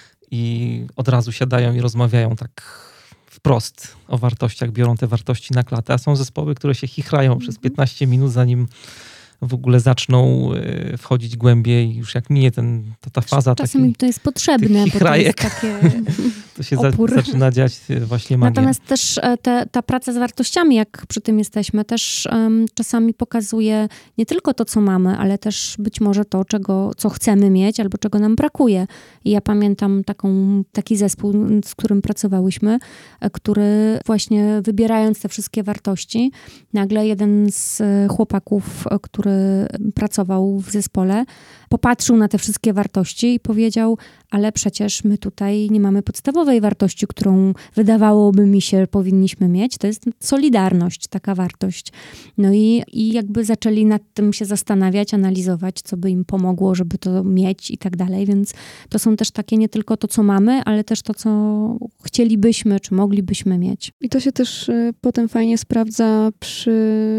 i od razu siadają i rozmawiają tak wprost o wartościach, biorą te wartości na klatę, a są zespoły, które się chichrają przez piętnaście minut, zanim w ogóle zaczną wchodzić głębiej, już jak minie ten, ta, ta faza. Czasem im to jest potrzebne, bo to jest takie to się za, zaczyna dziać właśnie magia. Natomiast też te, ta praca z wartościami, jak przy tym jesteśmy, też um, czasami pokazuje nie tylko to, co mamy, ale też być może to, czego, co chcemy mieć albo czego nam brakuje. I ja pamiętam taką, taki zespół, z którym pracowałyśmy, który właśnie wybierając te wszystkie wartości, nagle jeden z chłopaków, który pracował w zespole, popatrzył na te wszystkie wartości i powiedział, ale przecież my tutaj nie mamy podstawowej wartości, którą wydawałoby mi się powinniśmy mieć. To jest solidarność, taka wartość. No i, i jakby zaczęli nad tym się zastanawiać, analizować, co by im pomogło, żeby to mieć i tak dalej. Więc to są też takie nie tylko to, co mamy, ale też to, co chcielibyśmy, czy moglibyśmy mieć. I to się też y, potem fajnie sprawdza przy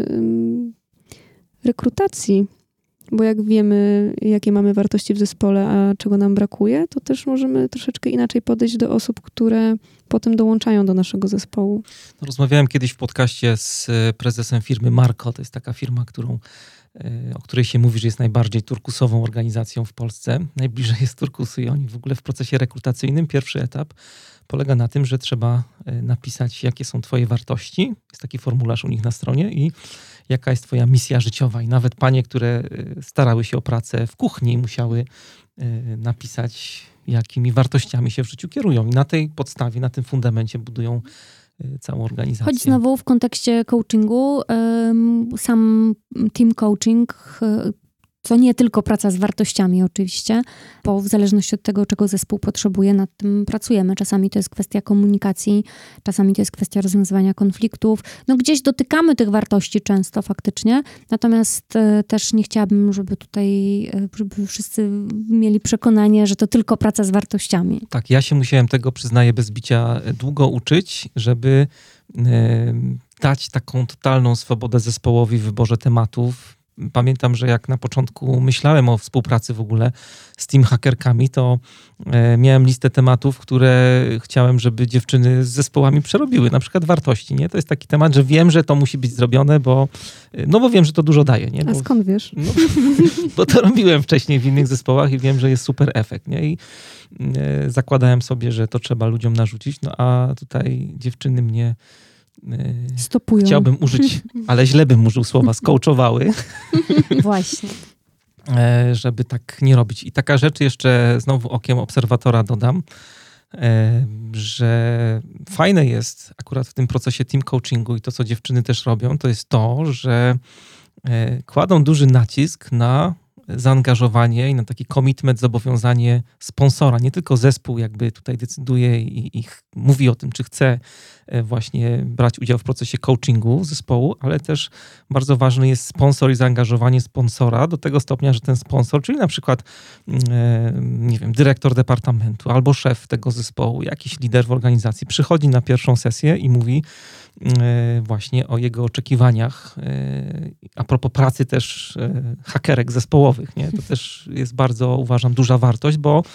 y, rekrutacji. Bo jak wiemy, jakie mamy wartości w zespole, a czego nam brakuje, to też możemy troszeczkę inaczej podejść do osób, które potem dołączają do naszego zespołu. Rozmawiałem kiedyś w podcaście z prezesem firmy Marco. To jest taka firma, którą, o której się mówi, że jest najbardziej turkusową organizacją w Polsce. Najbliżej jest turkusu i oni w ogóle w procesie rekrutacyjnym, pierwszy etap polega na tym, że trzeba napisać, jakie są twoje wartości. Jest taki formularz u nich na stronie i jaka jest twoja misja życiowa. I nawet panie, które starały się o pracę w kuchni, musiały napisać, jakimi wartościami się w życiu kierują. I na tej podstawie, na tym fundamencie budują całą organizację. Choć znowu w kontekście coachingu, sam team coaching to nie tylko praca z wartościami oczywiście, bo w zależności od tego, czego zespół potrzebuje, nad tym pracujemy. Czasami to jest kwestia komunikacji, czasami to jest kwestia rozwiązywania konfliktów. No gdzieś dotykamy tych wartości często faktycznie, natomiast też nie chciałabym, żeby tutaj żeby wszyscy mieli przekonanie, że to tylko praca z wartościami. Tak, ja się musiałem tego, przyznaję bez bicia, długo uczyć, żeby dać taką totalną swobodę zespołowi w wyborze tematów. Pamiętam, że jak na początku myślałem o współpracy w ogóle z team hackerkami, to e, miałem listę tematów, które chciałem, żeby dziewczyny z zespołami przerobiły. Na przykład wartości, nie? To jest taki temat, że wiem, że to musi być zrobione, bo no bo wiem, że to dużo daje, nie? Bo, A skąd wiesz? No, bo to robiłem wcześniej w innych zespołach i wiem, że jest super efekt, nie? I e, zakładałem sobie, że to trzeba ludziom narzucić, no a tutaj dziewczyny mnie stopują. Chciałbym użyć, ale źle bym użył słowa, skołczowały. Właśnie. Żeby tak nie robić. I taka rzecz jeszcze znowu okiem obserwatora dodam, że fajne jest akurat w tym procesie team coachingu i to, co dziewczyny też robią, to jest to, że kładą duży nacisk na zaangażowanie i na taki commitment, zobowiązanie sponsora. Nie tylko zespół jakby tutaj decyduje i, i mówi o tym, czy chce właśnie brać udział w procesie coachingu zespołu, ale też bardzo ważny jest sponsor i zaangażowanie sponsora do tego stopnia, że ten sponsor, czyli na przykład nie wiem, dyrektor departamentu albo szef tego zespołu, jakiś lider w organizacji przychodzi na pierwszą sesję i mówi właśnie o jego oczekiwaniach. A propos pracy też hakerek zespołowych, nie? To też jest bardzo, uważam, duża wartość, bo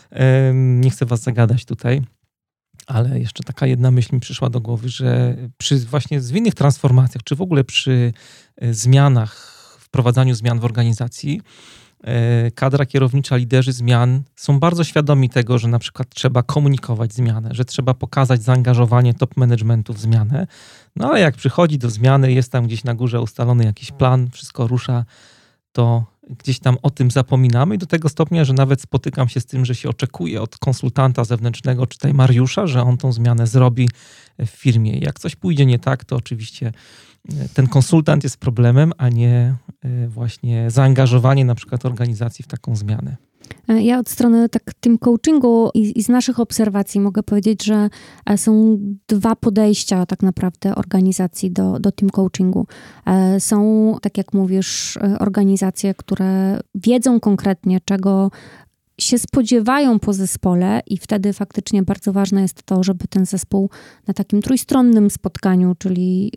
nie chcę was zagadać tutaj, ale jeszcze taka jedna myśl mi przyszła do głowy, że przy właśnie zwinnych transformacjach, czy w ogóle przy zmianach, wprowadzaniu zmian w organizacji, kadra kierownicza, liderzy zmian są bardzo świadomi tego, że na przykład trzeba komunikować zmianę, że trzeba pokazać zaangażowanie top managementu w zmianę. No ale jak przychodzi do zmiany, jest tam gdzieś na górze ustalony jakiś plan, wszystko rusza, to gdzieś tam o tym zapominamy i do tego stopnia, że nawet spotykam się z tym, że się oczekuje od konsultanta zewnętrznego, czytaj Mariusza, że on tą zmianę zrobi w firmie. Jak coś pójdzie nie tak, to oczywiście ten konsultant jest problemem, a nie właśnie zaangażowanie na przykład organizacji w taką zmianę. Ja od strony tak team coachingu i, i z naszych obserwacji mogę powiedzieć, że są dwa podejścia tak naprawdę organizacji do, do team coachingu. Są, tak jak mówisz, organizacje, które wiedzą konkretnie, czego się spodziewają po zespole i wtedy faktycznie bardzo ważne jest to, żeby ten zespół na takim trójstronnym spotkaniu, czyli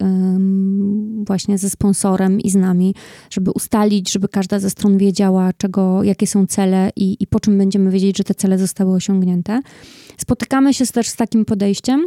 ym, właśnie ze sponsorem i z nami, żeby ustalić, żeby każda ze stron wiedziała, czego, jakie są cele i, i po czym będziemy wiedzieć, że te cele zostały osiągnięte. Spotykamy się też z takim podejściem,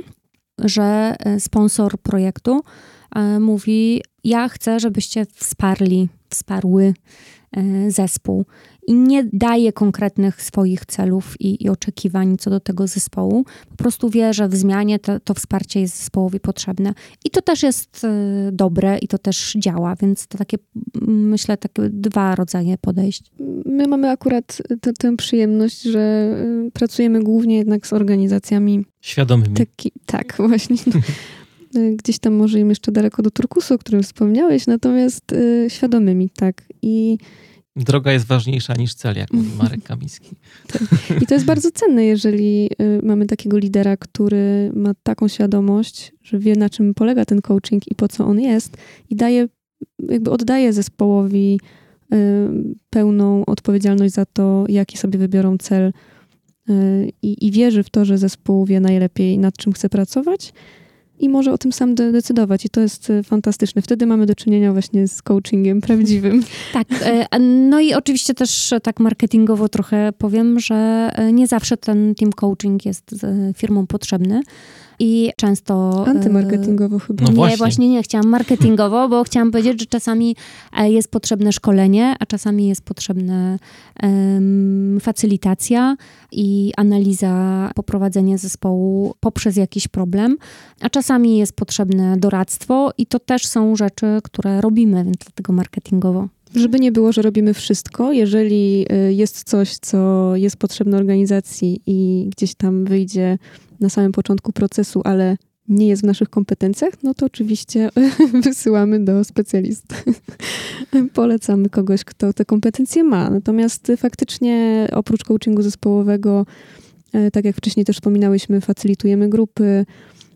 że sponsor projektu y, mówi, ja chcę, żebyście wsparli, wsparły y, zespół. I nie daje konkretnych swoich celów i, i oczekiwań co do tego zespołu. Po prostu wie, że w zmianie to, to wsparcie jest zespołowi potrzebne. I to też jest y, dobre i to też działa, więc to takie, myślę, takie dwa rodzaje podejść. My mamy akurat t- tę przyjemność, że y, pracujemy głównie jednak z organizacjami świadomymi. Taki, tak, właśnie. No, gdzieś tam może im jeszcze daleko do turkusu, o którym wspomniałeś, natomiast y, świadomymi, tak. I droga jest ważniejsza niż cel, jak mówi Marek Kamiński. I to jest bardzo cenne, jeżeli y, mamy takiego lidera, który ma taką świadomość, że wie, na czym polega ten coaching i po co on jest i daje, jakby oddaje zespołowi y, pełną odpowiedzialność za to, jaki sobie wybiorą cel y, i wierzy w to, że zespół wie najlepiej, nad czym chce pracować i może o tym sam de- decydować. I to jest fantastyczne. Wtedy mamy do czynienia właśnie z coachingiem prawdziwym. Tak. No i oczywiście też tak marketingowo trochę powiem, że nie zawsze ten team coaching jest firmom potrzebny. i często... Antymarketingowo chyba. No nie, właśnie. właśnie nie. Chciałam marketingowo, bo chciałam powiedzieć, że czasami jest potrzebne szkolenie, a czasami jest potrzebna um, facylitacja i analiza, poprowadzenie zespołu poprzez jakiś problem, a czasami jest potrzebne doradztwo i to też są rzeczy, które robimy, więc dlatego marketingowo. Żeby nie było, że robimy wszystko, jeżeli jest coś, co jest potrzebne organizacji i gdzieś tam wyjdzie na samym początku procesu, ale nie jest w naszych kompetencjach, no to oczywiście wysyłamy do specjalisty. Polecamy kogoś, kto te kompetencje ma. Natomiast faktycznie oprócz coachingu zespołowego, tak jak wcześniej też wspominałyśmy, facylitujemy grupy.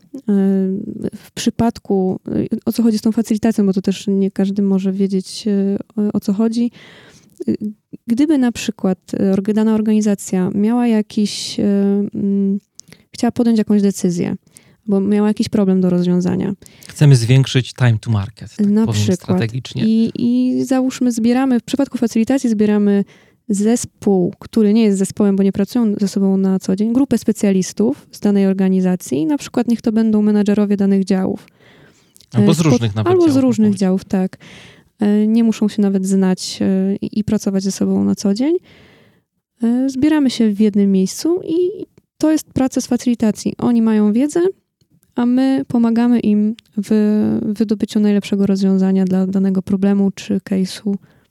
W przypadku, o co chodzi z tą facylitacją, bo to też nie każdy może wiedzieć, o co chodzi. Gdyby na przykład dana organizacja miała jakiś, chciała podjąć jakąś decyzję, bo miała jakiś problem do rozwiązania. Chcemy zwiększyć time to market, tak na powiem przykład. strategicznie. I, I załóżmy, zbieramy, w przypadku facylitacji zbieramy zespół, który nie jest zespołem, bo nie pracują ze sobą na co dzień, grupę specjalistów z danej organizacji, na przykład niech to będą menadżerowie danych działów. Albo z różnych nawet Albo działów. z różnych działów, tak. Nie muszą się nawet znać i pracować ze sobą na co dzień. Zbieramy się w jednym miejscu i to jest proces facylitacji. Oni mają wiedzę, a my pomagamy im w wydobyciu najlepszego rozwiązania dla danego problemu czy case'u.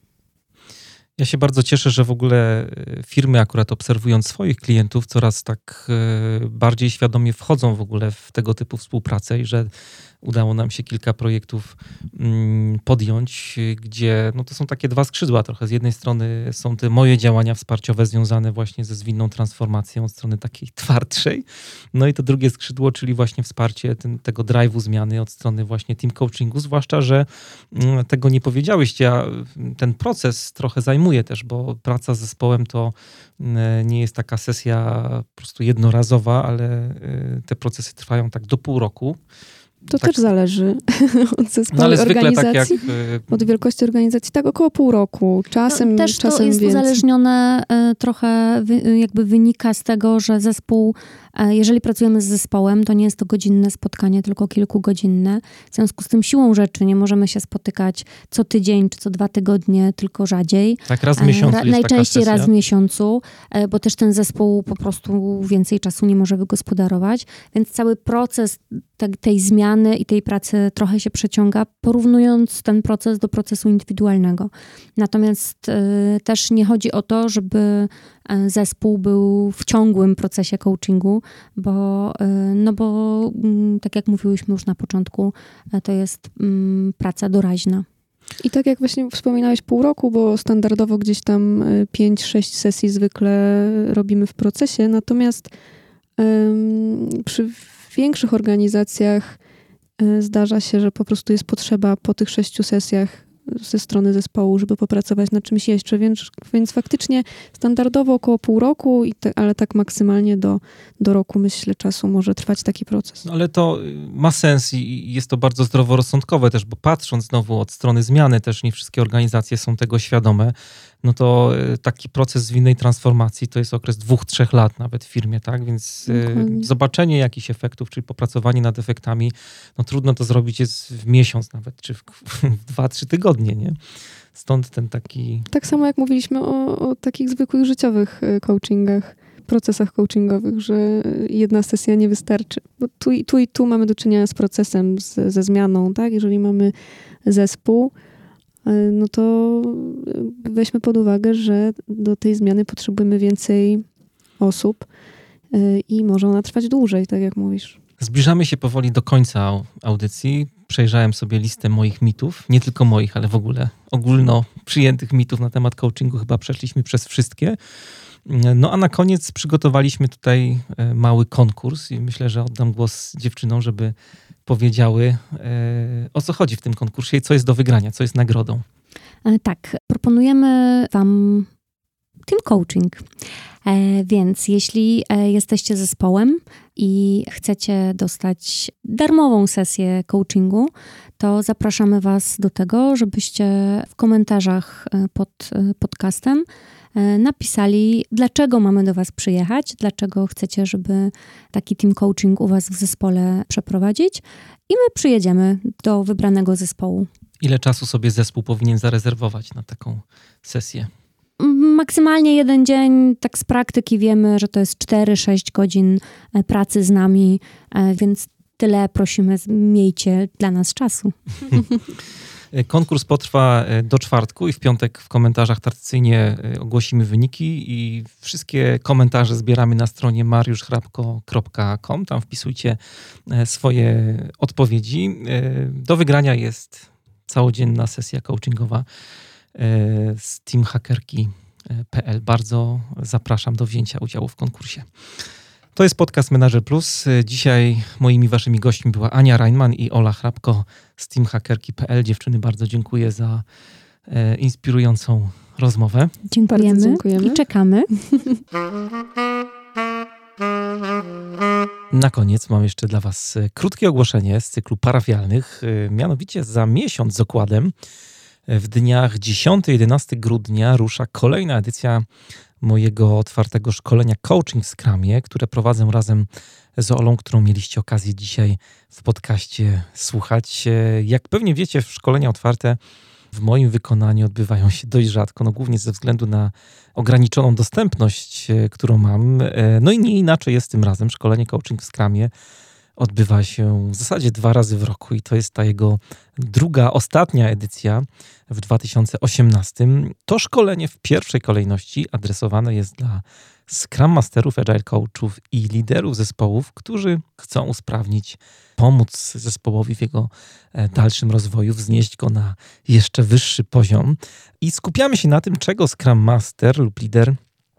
Ja się bardzo cieszę, że w ogóle firmy, akurat obserwując swoich klientów, coraz tak bardziej świadomie wchodzą w ogóle w tego typu współpracę i że udało nam się kilka projektów podjąć, gdzie no to są takie dwa skrzydła trochę. Z jednej strony są te moje działania wsparciowe związane właśnie ze zwinną transformacją od strony takiej twardszej. No i to drugie skrzydło, czyli właśnie wsparcie ten, tego drive'u zmiany od strony właśnie team coachingu, zwłaszcza, że tego nie powiedziałyście, a ten proces trochę zajmuje też, bo praca z zespołem to nie jest taka sesja po prostu jednorazowa, ale te procesy trwają tak do pół roku. To tak. też zależy od zespołu, no, ale organizacji, tak jak... od wielkości organizacji, tak około pół roku, czasem no, też czasem to jest więcej. uzależnione trochę, jakby wynika z tego, że zespół, jeżeli pracujemy z zespołem, to nie jest to godzinne spotkanie, tylko kilkugodzinne. W związku z tym siłą rzeczy nie możemy się spotykać co tydzień czy co dwa tygodnie, tylko rzadziej. Tak, raz w miesiącu jest Najczęściej taka raz w miesiącu, bo też ten zespół po prostu więcej czasu nie może wygospodarować, więc cały proces tej zmiany i tej pracy trochę się przeciąga, porównując ten proces do procesu indywidualnego. Natomiast y, też nie chodzi o to, żeby zespół był w ciągłym procesie coachingu, bo, y, no bo y, tak jak mówiłyśmy już na początku, y, to jest y, praca doraźna. I tak jak właśnie wspominałeś pół roku, bo standardowo gdzieś tam pięć sześć sesji zwykle robimy w procesie, natomiast y, przy większych organizacjach zdarza się, że po prostu jest potrzeba po tych sześciu sesjach ze strony zespołu, żeby popracować nad czymś jeszcze, więc, więc faktycznie standardowo około pół roku, i te, ale tak maksymalnie do, do roku, myślę, czasu może trwać taki proces. No, ale to ma sens i jest to bardzo zdroworozsądkowe też, bo patrząc znowu od strony zmiany, też nie wszystkie organizacje są tego świadome, no to taki proces zwinnej transformacji to jest okres dwóch, trzech lat nawet w firmie, tak? Więc Dokładnie. Zobaczenie jakichś efektów, czyli popracowanie nad efektami, no trudno to zrobić jest w miesiąc nawet, czy w, w dwa, trzy tygodnie, nie? Stąd ten taki... Tak samo jak mówiliśmy o, o takich zwykłych życiowych coachingach, procesach coachingowych, że jedna sesja nie wystarczy. Bo tu, tu i tu mamy do czynienia z procesem, z, ze zmianą, tak? Jeżeli mamy zespół, no to weźmy pod uwagę, że do tej zmiany potrzebujemy więcej osób i może ona trwać dłużej, tak jak mówisz. Zbliżamy się powoli do końca audycji. Przejrzałem sobie listę moich mitów, nie tylko moich, ale w ogóle ogólno przyjętych mitów na temat coachingu. Chyba przeszliśmy przez wszystkie. No a na koniec przygotowaliśmy tutaj mały konkurs i myślę, że oddam głos dziewczynom, żeby powiedziały, o co chodzi w tym konkursie i co jest do wygrania, co jest nagrodą. Tak, proponujemy wam team coaching. Więc jeśli jesteście zespołem i chcecie dostać darmową sesję coachingu, to zapraszamy Was do tego, żebyście w komentarzach pod podcastem napisali, dlaczego mamy do Was przyjechać, dlaczego chcecie, żeby taki team coaching u Was w zespole przeprowadzić i my przyjedziemy do wybranego zespołu. Ile czasu sobie zespół powinien zarezerwować na taką sesję? Maksymalnie jeden dzień, tak z praktyki wiemy, że to jest cztery sześć godzin pracy z nami, więc tyle prosimy, miejcie dla nas czasu. Konkurs potrwa do czwartku i w piątek w komentarzach tradycyjnie ogłosimy wyniki i wszystkie komentarze zbieramy na stronie mariusz hrabko kropka com. Tam wpisujcie swoje odpowiedzi. Do wygrania jest całodzienna sesja coachingowa z team hakerki kropka p l. Bardzo zapraszam do wzięcia udziału w konkursie. To jest podcast Menager Plus. Dzisiaj moimi waszymi gośćmi była Ania Reinman i Ola Hrabko z team hakerki kropka p l. Dziewczyny, bardzo dziękuję za e, inspirującą rozmowę. Dziękujemy, dziękujemy. I czekamy. Na koniec mam jeszcze dla was krótkie ogłoszenie z cyklu parafialnych. Mianowicie za miesiąc z okładem w dniach dziesiątego do jedenastego grudnia rusza kolejna edycja mojego otwartego szkolenia Coaching w Scrumie, które prowadzę razem z Olą, którą mieliście okazję dzisiaj w podcaście słuchać. Jak pewnie wiecie, szkolenia otwarte w moim wykonaniu odbywają się dość rzadko, no głównie ze względu na ograniczoną dostępność, którą mam. No i nie inaczej jest tym razem. Szkolenie Coaching w Scrumie odbywa się w zasadzie dwa razy w roku i to jest ta jego druga, ostatnia edycja w dwa tysiące osiemnastym. To szkolenie w pierwszej kolejności adresowane jest dla Scrum Masterów, Agile Coachów i liderów zespołów, którzy chcą usprawnić, pomóc zespołowi w jego dalszym rozwoju, wznieść go na jeszcze wyższy poziom. I skupiamy się na tym, czego Scrum Master lub lider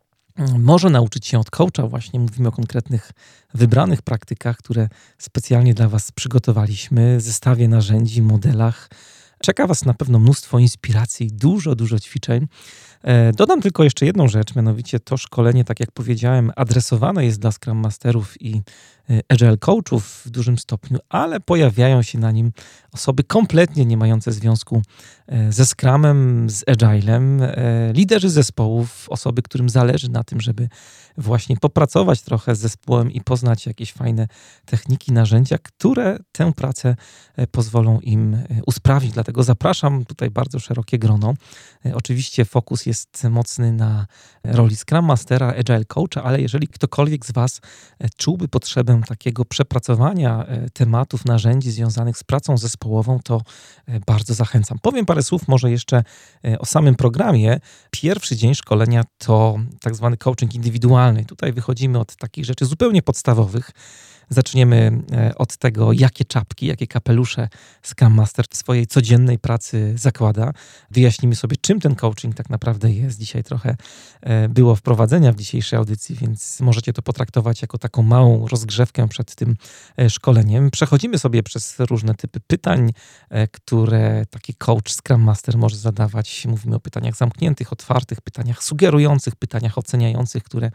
może nauczyć się od coacha. Właśnie mówimy o konkretnych, wybranych praktykach, które specjalnie dla was przygotowaliśmy, zestawie narzędzi, modelach. Czeka was na pewno mnóstwo inspiracji, dużo, dużo ćwiczeń. Dodam tylko jeszcze jedną rzecz, mianowicie to szkolenie, tak jak powiedziałem, adresowane jest dla Scrum Masterów i Agile Coachów w dużym stopniu, ale pojawiają się na nim osoby kompletnie nie mające związku ze Scrumem, z Agilem, liderzy zespołów, osoby, którym zależy na tym, żeby właśnie popracować trochę z zespołem i poznać jakieś fajne techniki, narzędzia, które tę pracę pozwolą im usprawnić. Dlatego zapraszam tutaj bardzo szerokie grono. Oczywiście fokus jest mocny na roli Scrum Mastera, Agile Coacha, ale jeżeli ktokolwiek z was czułby potrzebę takiego przepracowania tematów, narzędzi związanych z pracą zespołową, to bardzo zachęcam. Powiem parę słów może jeszcze o samym programie. Pierwszy dzień szkolenia to tak zwany coaching indywidualny. Tutaj wychodzimy od takich rzeczy zupełnie podstawowych. Zaczniemy od tego, jakie czapki, jakie kapelusze Scrum Master w swojej codziennej pracy zakłada. Wyjaśnimy sobie, czym ten coaching tak naprawdę jest. Dzisiaj trochę było wprowadzenia w dzisiejszej audycji, więc możecie to potraktować jako taką małą rozgrzewkę przed tym szkoleniem. Przechodzimy sobie przez różne typy pytań, które taki coach Scrum Master może zadawać. Mówimy o pytaniach zamkniętych, otwartych, pytaniach sugerujących, pytaniach oceniających, które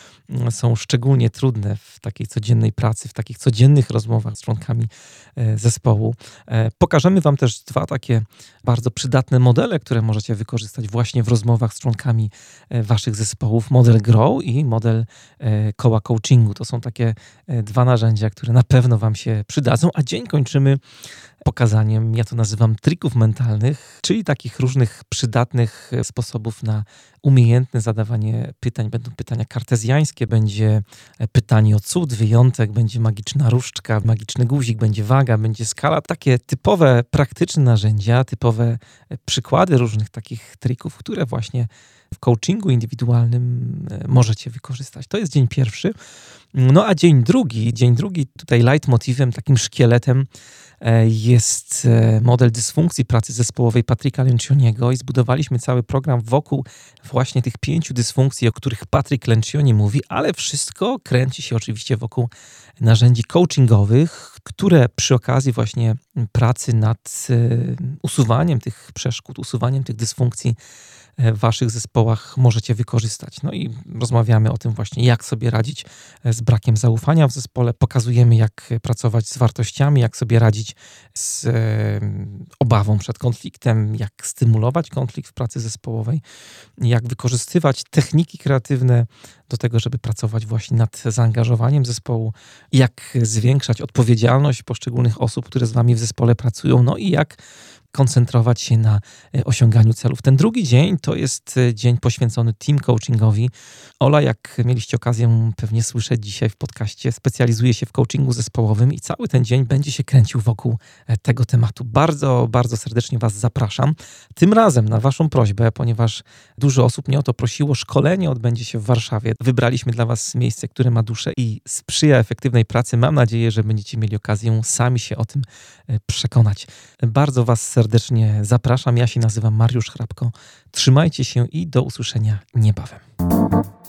są szczególnie trudne w takiej codziennej pracy, w takich codziennych rozmowach z członkami zespołu. Pokażemy wam też dwa takie bardzo przydatne modele, które możecie wykorzystać właśnie w rozmowach z członkami waszych zespołów. Model Grow i model koła coachingu. To są takie dwa narzędzia, które na pewno wam się przydadzą, a dzień kończymy pokazaniem, ja to nazywam trików mentalnych, czyli takich różnych przydatnych sposobów na umiejętne zadawanie pytań. Będą pytania kartezjańskie, będzie pytanie o cud, wyjątek, będzie magiczna różdżka, magiczny guzik, będzie waga, będzie skala. Takie typowe, praktyczne narzędzia, typowe przykłady różnych takich trików, które właśnie w coachingu indywidualnym możecie wykorzystać. To jest dzień pierwszy. No a dzień drugi, dzień drugi tutaj leitmotivem, takim szkieletem jest model dysfunkcji pracy zespołowej Patricka Lencioniego i zbudowaliśmy cały program wokół właśnie tych pięciu dysfunkcji, o których Patrick Lencioni mówi, ale wszystko kręci się oczywiście wokół narzędzi coachingowych, które przy okazji właśnie pracy nad usuwaniem tych przeszkód, usuwaniem tych dysfunkcji w waszych zespołach możecie wykorzystać. No i rozmawiamy o tym właśnie, jak sobie radzić z brakiem zaufania w zespole. Pokazujemy, jak pracować z wartościami, jak sobie radzić z obawą przed konfliktem, jak stymulować konflikt w pracy zespołowej, jak wykorzystywać techniki kreatywne do tego, żeby pracować właśnie nad zaangażowaniem zespołu, jak zwiększać odpowiedzialność poszczególnych osób, które z wami w zespole pracują, no i jak koncentrować się na osiąganiu celów. Ten drugi dzień to jest dzień poświęcony team coachingowi. Ola, jak mieliście okazję pewnie słyszeć dzisiaj w podcaście, specjalizuje się w coachingu zespołowym i cały ten dzień będzie się kręcił wokół tego tematu. Bardzo, bardzo serdecznie was zapraszam. Tym razem na waszą prośbę, ponieważ dużo osób mnie o to prosiło, szkolenie odbędzie się w Warszawie. Wybraliśmy dla was miejsce, które ma duszę i sprzyja efektywnej pracy. Mam nadzieję, że będziecie mieli okazję sami się o tym przekonać. Bardzo was serdecznie zapraszam. Ja się nazywam Mariusz Hrabko. Trzymajcie się i do usłyszenia niebawem.